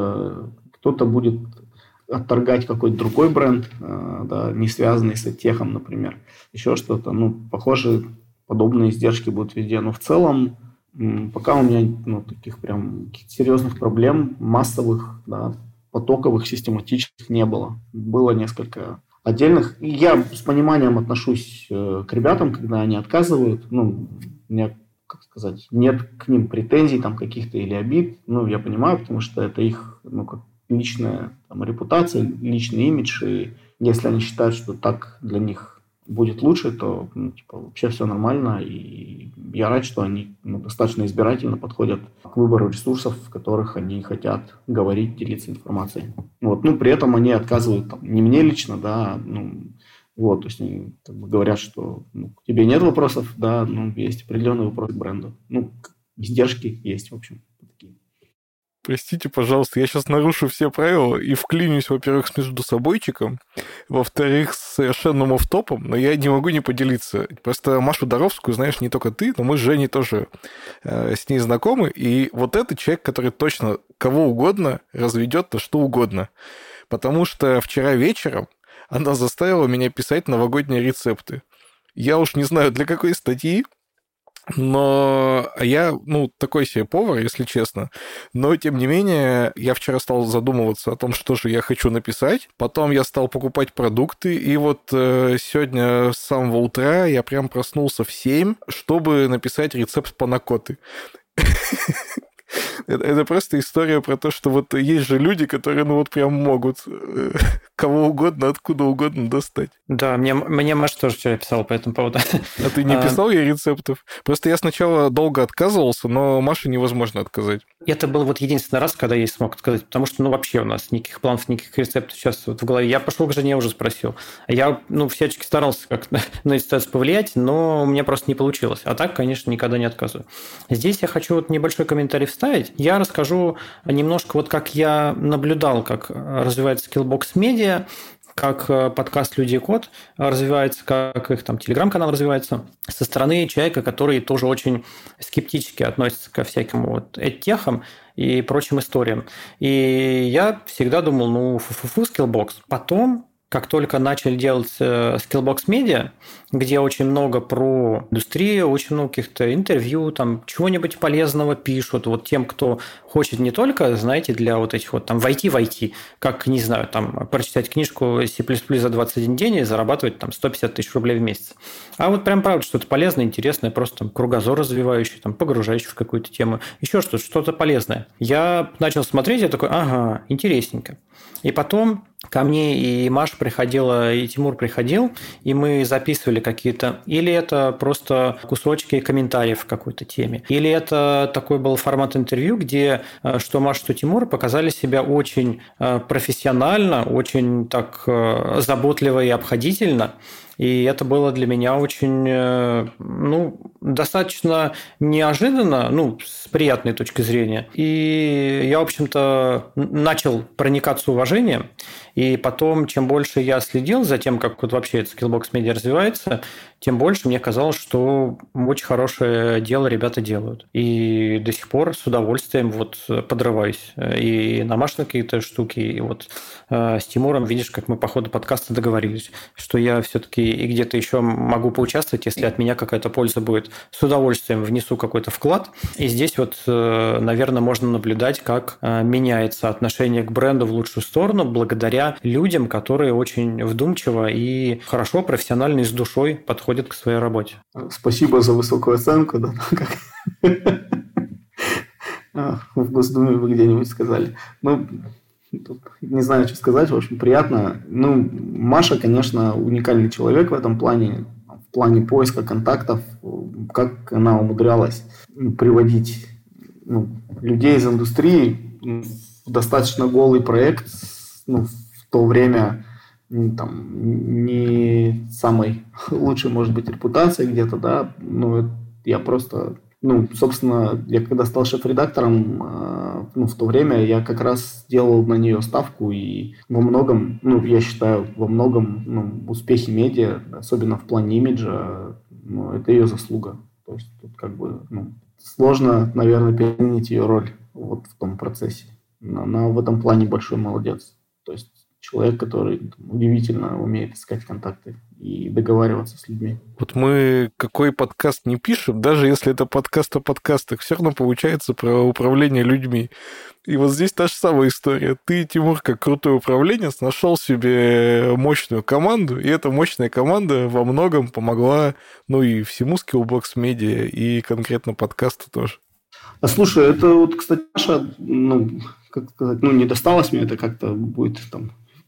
S3: Кто-то будет отторгать какой-то другой бренд, да, не связанный с техом, например. Еще что-то. Ну, похоже, подобные издержки будут везде. Но в целом пока у меня, ну, таких прям каких-то серьезных проблем массовых, да, потоковых, систематических не было. Было несколько отдельных. И я с пониманием отношусь к ребятам, когда они отказывают. Ну, у меня, как сказать, нет к ним претензий там каких-то или обид. Ну, я понимаю, потому что это их, ну, как личная там репутация, личный имидж. И если они считают, что так для них будет лучше, то вообще все нормально. И я рад, что они достаточно избирательно подходят к выбору ресурсов, в которых они хотят говорить, делиться информацией. При этом они отказывают, не мне лично, да, то есть они говорят, что к тебе нет вопросов, да, есть определенные вопросы к бренду. Издержки есть, в общем. Такие.
S1: Простите, пожалуйста, я сейчас нарушу все правила и вклинюсь, во-первых, с между собойчиком, во-вторых, с совершенным офф-топом, но я не могу не поделиться. Просто Машу Доровскую знаешь не только ты, но мы с Женей тоже с ней знакомы, и вот это человек, который точно кого угодно разведет на что угодно. Потому что вчера вечером она заставила меня писать новогодние рецепты. Я уж не знаю, для какой статьи, но я, такой себе повар, если честно. Но, тем не менее, я вчера стал задумываться о том, что же я хочу написать. Потом я стал покупать продукты. И вот сегодня с самого утра я прям проснулся в 7, чтобы написать рецепт панакотты. Это просто история про то, что вот есть же люди, которые, прям могут кого угодно, откуда угодно достать.
S2: Да, мне Маша тоже вчера писала по этому поводу.
S1: А ты не писал ей рецептов? Просто я сначала долго отказывался, но Маше невозможно отказать.
S2: Это был вот единственный раз, когда я ей смог отказать, потому что, вообще у нас никаких планов, никаких рецептов сейчас вот в голове. Я пошел к жене, уже спросил. Я, всячески старался как-то на эту ситуацию повлиять, но у меня просто не получилось. А так, конечно, никогда не отказываю. Здесь я хочу вот небольшой комментарий вставить. Я расскажу немножко вот как я наблюдал, как развивается Skillbox Media, как подкаст «Люди и код» развивается, как их телеграм-канал развивается, со стороны человека, который тоже очень скептически относится ко всяким вот эдтехам и прочим историям. И я всегда думал, фу-фу-фу, Skillbox. Потом, как только начали делать Skillbox Media, где очень много про индустрию, очень много каких-то интервью, чего-нибудь полезного пишут, вот тем, кто хочет не только, знаете, для вот этих вот в IT, как, не знаю, прочитать книжку C++ за 21 день и зарабатывать 150 тысяч рублей в месяц. А вот прям, правда, что-то полезное, интересное, просто кругозор развивающий, погружающий в какую-то тему, еще что-то полезное. Я начал смотреть, я такой, ага, интересненько. И потом ко мне и Маша приходила, и Тимур приходил, и мы записывали какие-то... Или это просто кусочки комментариев в какой-то теме, или это такой был формат интервью, где что Маша, что Тимур показали себя очень профессионально, очень так заботливо и обходительно. И это было для меня очень, достаточно неожиданно, с приятной точки зрения. И я, в общем-то, начал проникаться уважением. И потом, чем больше я следил за тем, как вот вообще это Skillbox Media развивается, тем больше мне казалось, что очень хорошее дело ребята делают. И до сих пор с удовольствием подрываюсь. И на Машиной какие-то штуки, и с Тимуром, видишь, как мы по ходу подкаста договорились, что я все-таки и где-то еще могу поучаствовать, если от меня какая-то польза будет. С удовольствием внесу какой-то вклад. И здесь наверное, можно наблюдать, как меняется отношение к бренду в лучшую сторону благодаря людям, которые очень вдумчиво и хорошо, профессионально и с душой подходят к своей работе.
S3: Спасибо за высокую оценку. Да, в Госдуме вы где-нибудь сказали. Не знаю, что сказать, в общем, приятно. Маша, конечно, уникальный человек в этом плане, в плане поиска контактов, как она умудрялась приводить людей из индустрии в достаточно голый проект, в то время не самой лучшей, может быть, репутации где-то, да, я просто... собственно, я когда стал шеф-редактором, в то время я как раз делал на нее ставку, и во многом, я считаю, успехи медиа, особенно в плане имиджа, это ее заслуга. То есть тут сложно, наверное, переменить ее роль в том процессе. Она в этом плане большой молодец. То есть человек, который удивительно умеет искать контакты и договариваться с людьми.
S1: Вот мы какой подкаст не пишем, даже если это подкаст о подкастах, все равно получается про управление людьми. И вот здесь та же самая история. Ты, Тимур, как крутой управленец, нашел себе мощную команду, и эта мощная команда во многом помогла, и всему Skillbox Media, и конкретно подкасту тоже.
S3: А слушай, это кстати, Маша, как сказать, не досталось мне, это как-то будет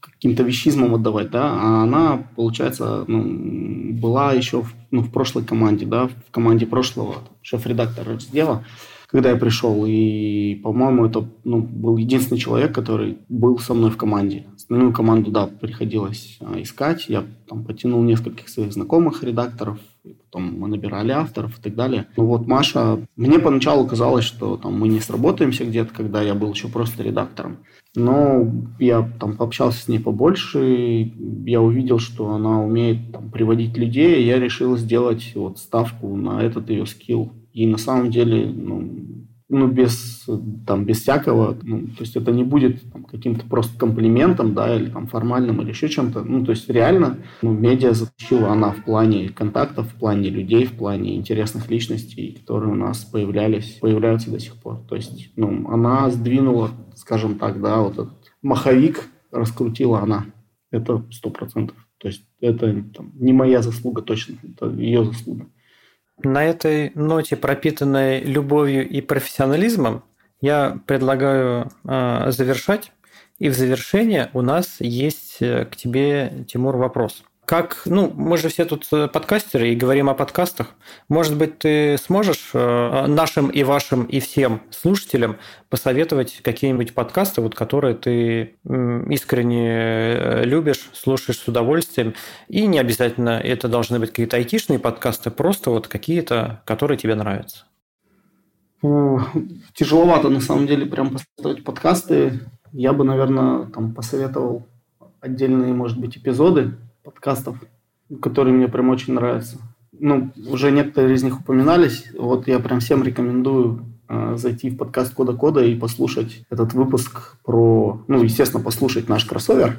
S3: каким-то вещизмом отдавать, да, а она, получается, была еще в прошлой команде, да, в команде прошлого шеф-редактора раздела, когда я пришел, и, по-моему, это был единственный человек, который был со мной в команде. Остальную команду, да, приходилось искать. Я там потянул нескольких своих знакомых редакторов, и потом мы набирали авторов и так далее. Ну вот Маша, мне поначалу казалось, что там мы не сработаемся где-то, когда я был еще просто редактором. Но я там пообщался с ней побольше, и я увидел, что она умеет там приводить людей, и я решил сделать вот ставку на этот ее скилл. И на самом деле, без всякого, то есть это не будет каким-то просто комплиментом, да, или там формальным, или еще чем-то. То есть реально медиа затащила она в плане контактов, в плане людей, в плане интересных личностей, которые у нас появляются до сих пор. То есть, она сдвинула, скажем так, да, вот этот маховик раскрутила она. Это 100%. То есть это не моя заслуга точно, это ее заслуга.
S2: На этой ноте, пропитанной любовью и профессионализмом, я предлагаю завершать. И в завершение у нас есть к тебе, Тимур, вопрос. Мы же все тут подкастеры и говорим о подкастах. Может быть, ты сможешь нашим и вашим и всем слушателям посоветовать какие-нибудь подкасты, которые ты искренне любишь, слушаешь с удовольствием. И не обязательно это должны быть какие-то айтишные подкасты, просто какие-то, которые тебе нравятся.
S3: Тяжеловато, на самом деле, прям посоветовать подкасты. Я бы, наверное, посоветовал отдельные, может быть, эпизоды подкастов, которые мне прям очень нравятся. Уже некоторые из них упоминались. Вот я прям всем рекомендую зайти в подкаст Кода и послушать этот выпуск естественно, послушать наш кроссовер.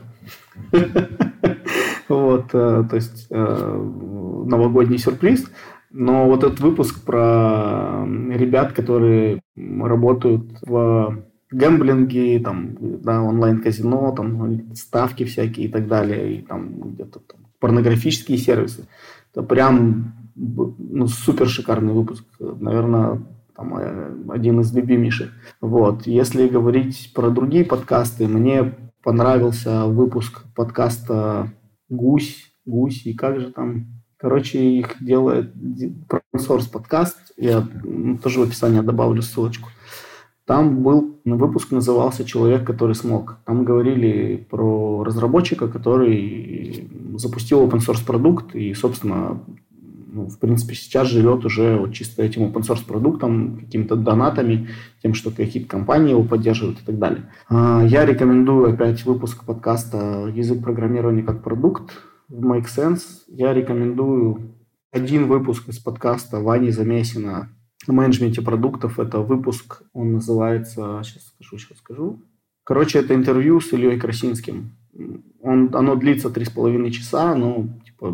S3: Вот, то есть новогодний сюрприз. Но вот этот выпуск про ребят, которые работают в гэмблинге, онлайн-казино, ставки всякие и так далее, и где-то порнографические сервисы. Это прям супер шикарный выпуск. Наверное, один из любимейших. Вот. Если говорить про другие подкасты, мне понравился выпуск подкаста «Гусь», и как же там... Короче, их делает open-source подкаст. Я тоже в описании добавлю ссылочку. Там был выпуск, назывался «Человек, который смог». Там говорили про разработчика, который запустил open-source продукт и, собственно, в принципе, сейчас живет уже чисто этим open-source продуктом, какими-то донатами, тем, что какие-то компании его поддерживают и так далее. Я рекомендую опять выпуск подкаста «Язык программирования как продукт» в Make Sense. Я рекомендую один выпуск из подкаста Вани Замесина о менеджменте продуктов. Это выпуск, он называется... Сейчас скажу. Короче, это интервью с Ильей Красинским. Оно длится 3,5 часа, но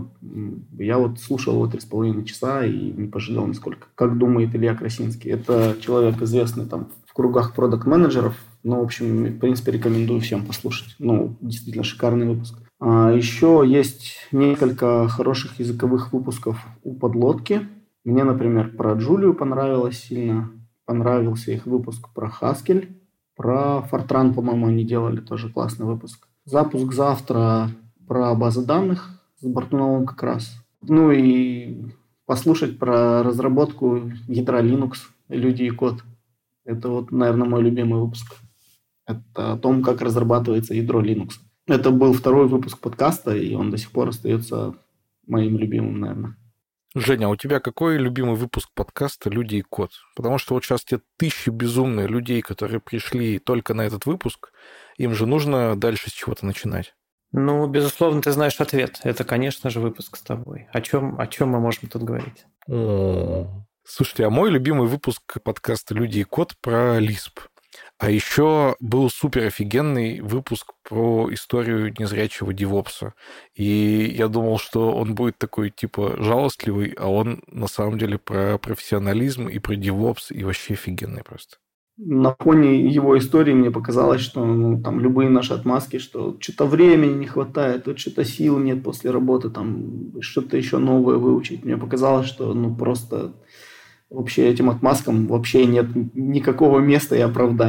S3: я слушал его 3,5 часа и не пожалел нисколько. Как думает Илья Красинский? Это человек, известный в кругах продакт-менеджеров. В общем, в принципе, рекомендую всем послушать. Действительно шикарный выпуск. Еще есть несколько хороших языковых выпусков у Подлодки. Мне, например, про Джулию сильно понравился их выпуск про Haskell. Про Fortran, по-моему, они делали тоже классный выпуск. Запуск завтра про базы данных с Бортуновым как раз. И послушать про разработку ядра Linux, люди и код. Это наверное, мой любимый выпуск. Это о том, как разрабатывается ядро Linux. Это был второй выпуск подкаста, и он до сих пор остается моим любимым, наверное.
S1: Женя, а у тебя какой любимый выпуск подкаста «Люди и код»? Потому что сейчас те тысячи безумных людей, которые пришли только на этот выпуск, им же нужно дальше с чего-то начинать.
S2: Безусловно, ты знаешь ответ. Это, конечно же, выпуск с тобой. О чем мы можем тут говорить?
S1: Слушайте, а мой любимый выпуск подкаста «Люди и код» про Lisp. А еще был супер офигенный выпуск про историю незрячего девопса. И я думал, что он будет такой жалостливый, а он на самом деле про профессионализм и про девопс, и вообще офигенный просто.
S3: На фоне его истории мне показалось, что любые наши отмазки, что что-то времени не хватает, что-то сил нет после работы, что-то еще новое выучить. Мне показалось, что просто... Вообще этим отмазкам вообще нет никакого места и оправдания.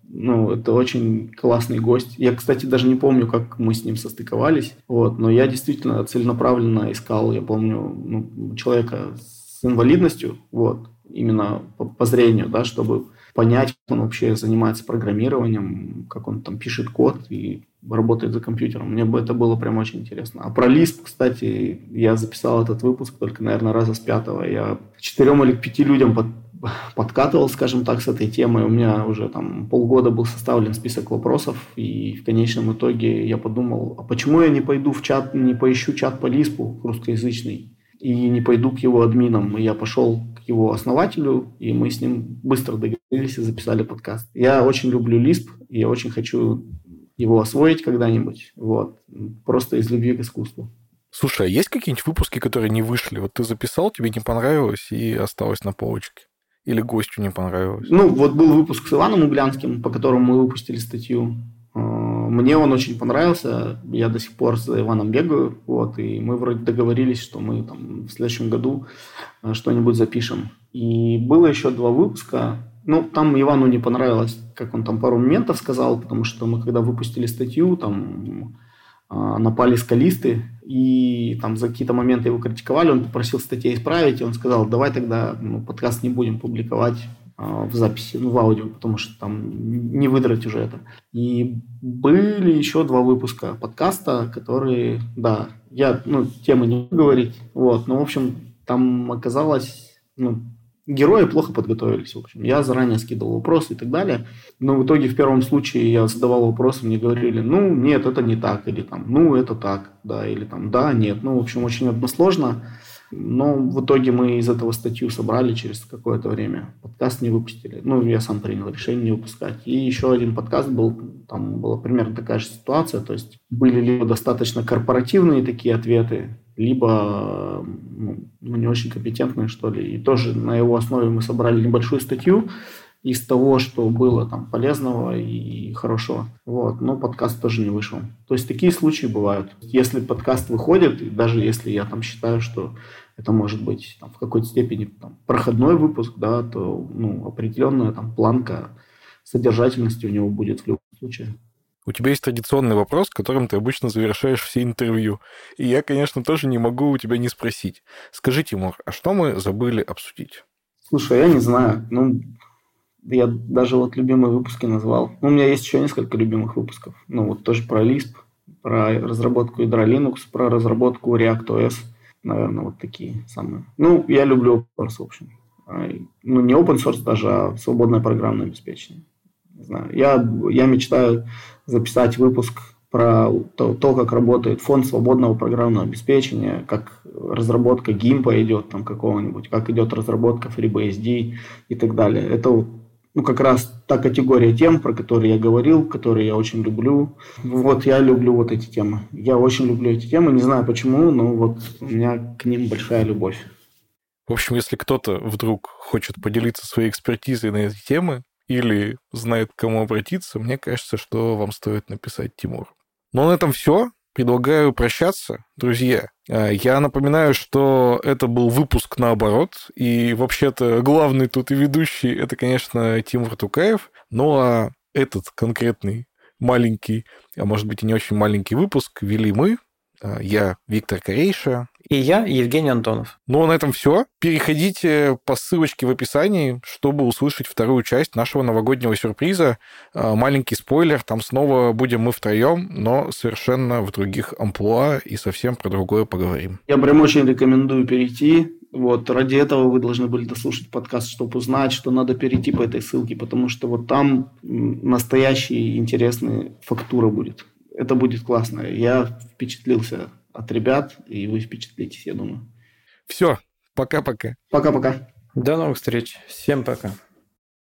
S3: это очень классный гость. Я, кстати, даже не помню, как мы с ним состыковались, но я действительно целенаправленно искал, я помню, человека с инвалидностью, именно по зрению, да, чтобы понять, как он вообще занимается программированием, как он там пишет код и работает за компьютером. Мне бы это было прям очень интересно. А про Lisp, кстати, я записал этот выпуск только, наверное, раза с 5-го. Я 4 или 5 людям подкатывал, скажем так, с этой темой. У меня уже там полгода был составлен список вопросов, и в конечном итоге я подумал, а почему я не пойду в чат, не поищу чат по Lisp русскоязычный, и не пойду к его админам. И я пошел к его основателю, и мы с ним быстро договорились и записали подкаст. Я очень люблю Lisp, и я очень хочу его освоить когда-нибудь. Просто из любви к искусству.
S1: Слушай, а есть какие-нибудь выпуски, которые не вышли? Ты записал, тебе не понравилось и осталось на полочке? Или гостю не понравилось?
S3: Был выпуск с Иваном Углянским, по которому мы выпустили статью. Мне он очень понравился. Я до сих пор за Иваном бегаю. И мы вроде договорились, что мы в следующем году что-нибудь запишем. И было еще 2 выпуска. Там Ивану не понравилось, как он там пару моментов сказал, потому что мы, когда выпустили статью, там напали скалисты, и там за какие-то моменты его критиковали, он попросил статьи исправить, и он сказал, давай тогда подкаст не будем публиковать в записи, в аудио, потому что там не выдрать уже это. И были еще 2 выпуска подкаста, которые, да, я, темы не буду говорить, но, в общем, там оказалось, герои плохо подготовились, в общем. Я заранее скидывал вопросы и так далее. Но в итоге в первом случае я задавал вопросы, мне говорили, нет, это не так, или там, это так, да, или там, да, нет. В общем, очень односложно. Но в итоге мы из этого статью собрали через какое-то время. Подкаст не выпустили. Я сам принял решение не выпускать. И еще один подкаст был, там была примерно такая же ситуация. То есть были либо достаточно корпоративные такие ответы, либо не очень компетентные, что ли. И тоже на его основе мы собрали небольшую статью из того, что было там полезного и хорошего. Но подкаст тоже не вышел. То есть такие случаи бывают. Если подкаст выходит, и даже если я там считаю, что это может быть в какой-то степени проходной выпуск, да, то определенная планка содержательности у него будет в любом случае.
S1: У тебя есть традиционный вопрос, которым ты обычно завершаешь все интервью. И я, конечно, тоже не могу у тебя не спросить. Скажи, Тимур, а что мы забыли обсудить?
S3: Слушай, я не знаю. Я даже любимые выпуски назвал. У меня есть еще несколько любимых выпусков. Тоже про Lisp, про разработку ядра Linux, про разработку ReactOS. Наверное, такие самые. Я люблю open source, в общем. Не open source даже, а свободное программное обеспечение. Не знаю. Я мечтаю записать выпуск про то, как работает фонд свободного программного обеспечения, как разработка GIMP идет какого-нибудь, как идет разработка FreeBSD и так далее. Это как раз та категория тем, про которые я говорил, которые я очень люблю. Я люблю эти темы. Я очень люблю эти темы, не знаю почему, но у меня к ним большая любовь.
S1: В общем, если кто-то вдруг хочет поделиться своей экспертизой на эти темы или знает, к кому обратиться, мне кажется, что вам стоит написать Тимуру. На этом все. Предлагаю прощаться, друзья. Я напоминаю, что это был выпуск наоборот, и вообще-то главный тут и ведущий это, конечно, Тимур Тукаев. А этот конкретный маленький, а может быть и не очень маленький выпуск вели мы. Я Виктор Корейша.
S2: И я Евгений Антонов.
S1: На этом все. Переходите по ссылочке в описании, чтобы услышать 2-ю часть нашего новогоднего сюрприза. Маленький спойлер, там снова будем мы втроем, но совершенно в других амплуа и совсем про другое поговорим.
S3: Я прям очень рекомендую перейти. Ради этого вы должны были дослушать подкаст, чтобы узнать, что надо перейти по этой ссылке, потому что там настоящая интересная фактура будет. Это будет классно. Я впечатлился от ребят, и вы впечатлитесь, я думаю.
S1: Все, пока-пока.
S3: Пока-пока.
S2: До новых встреч. Всем пока.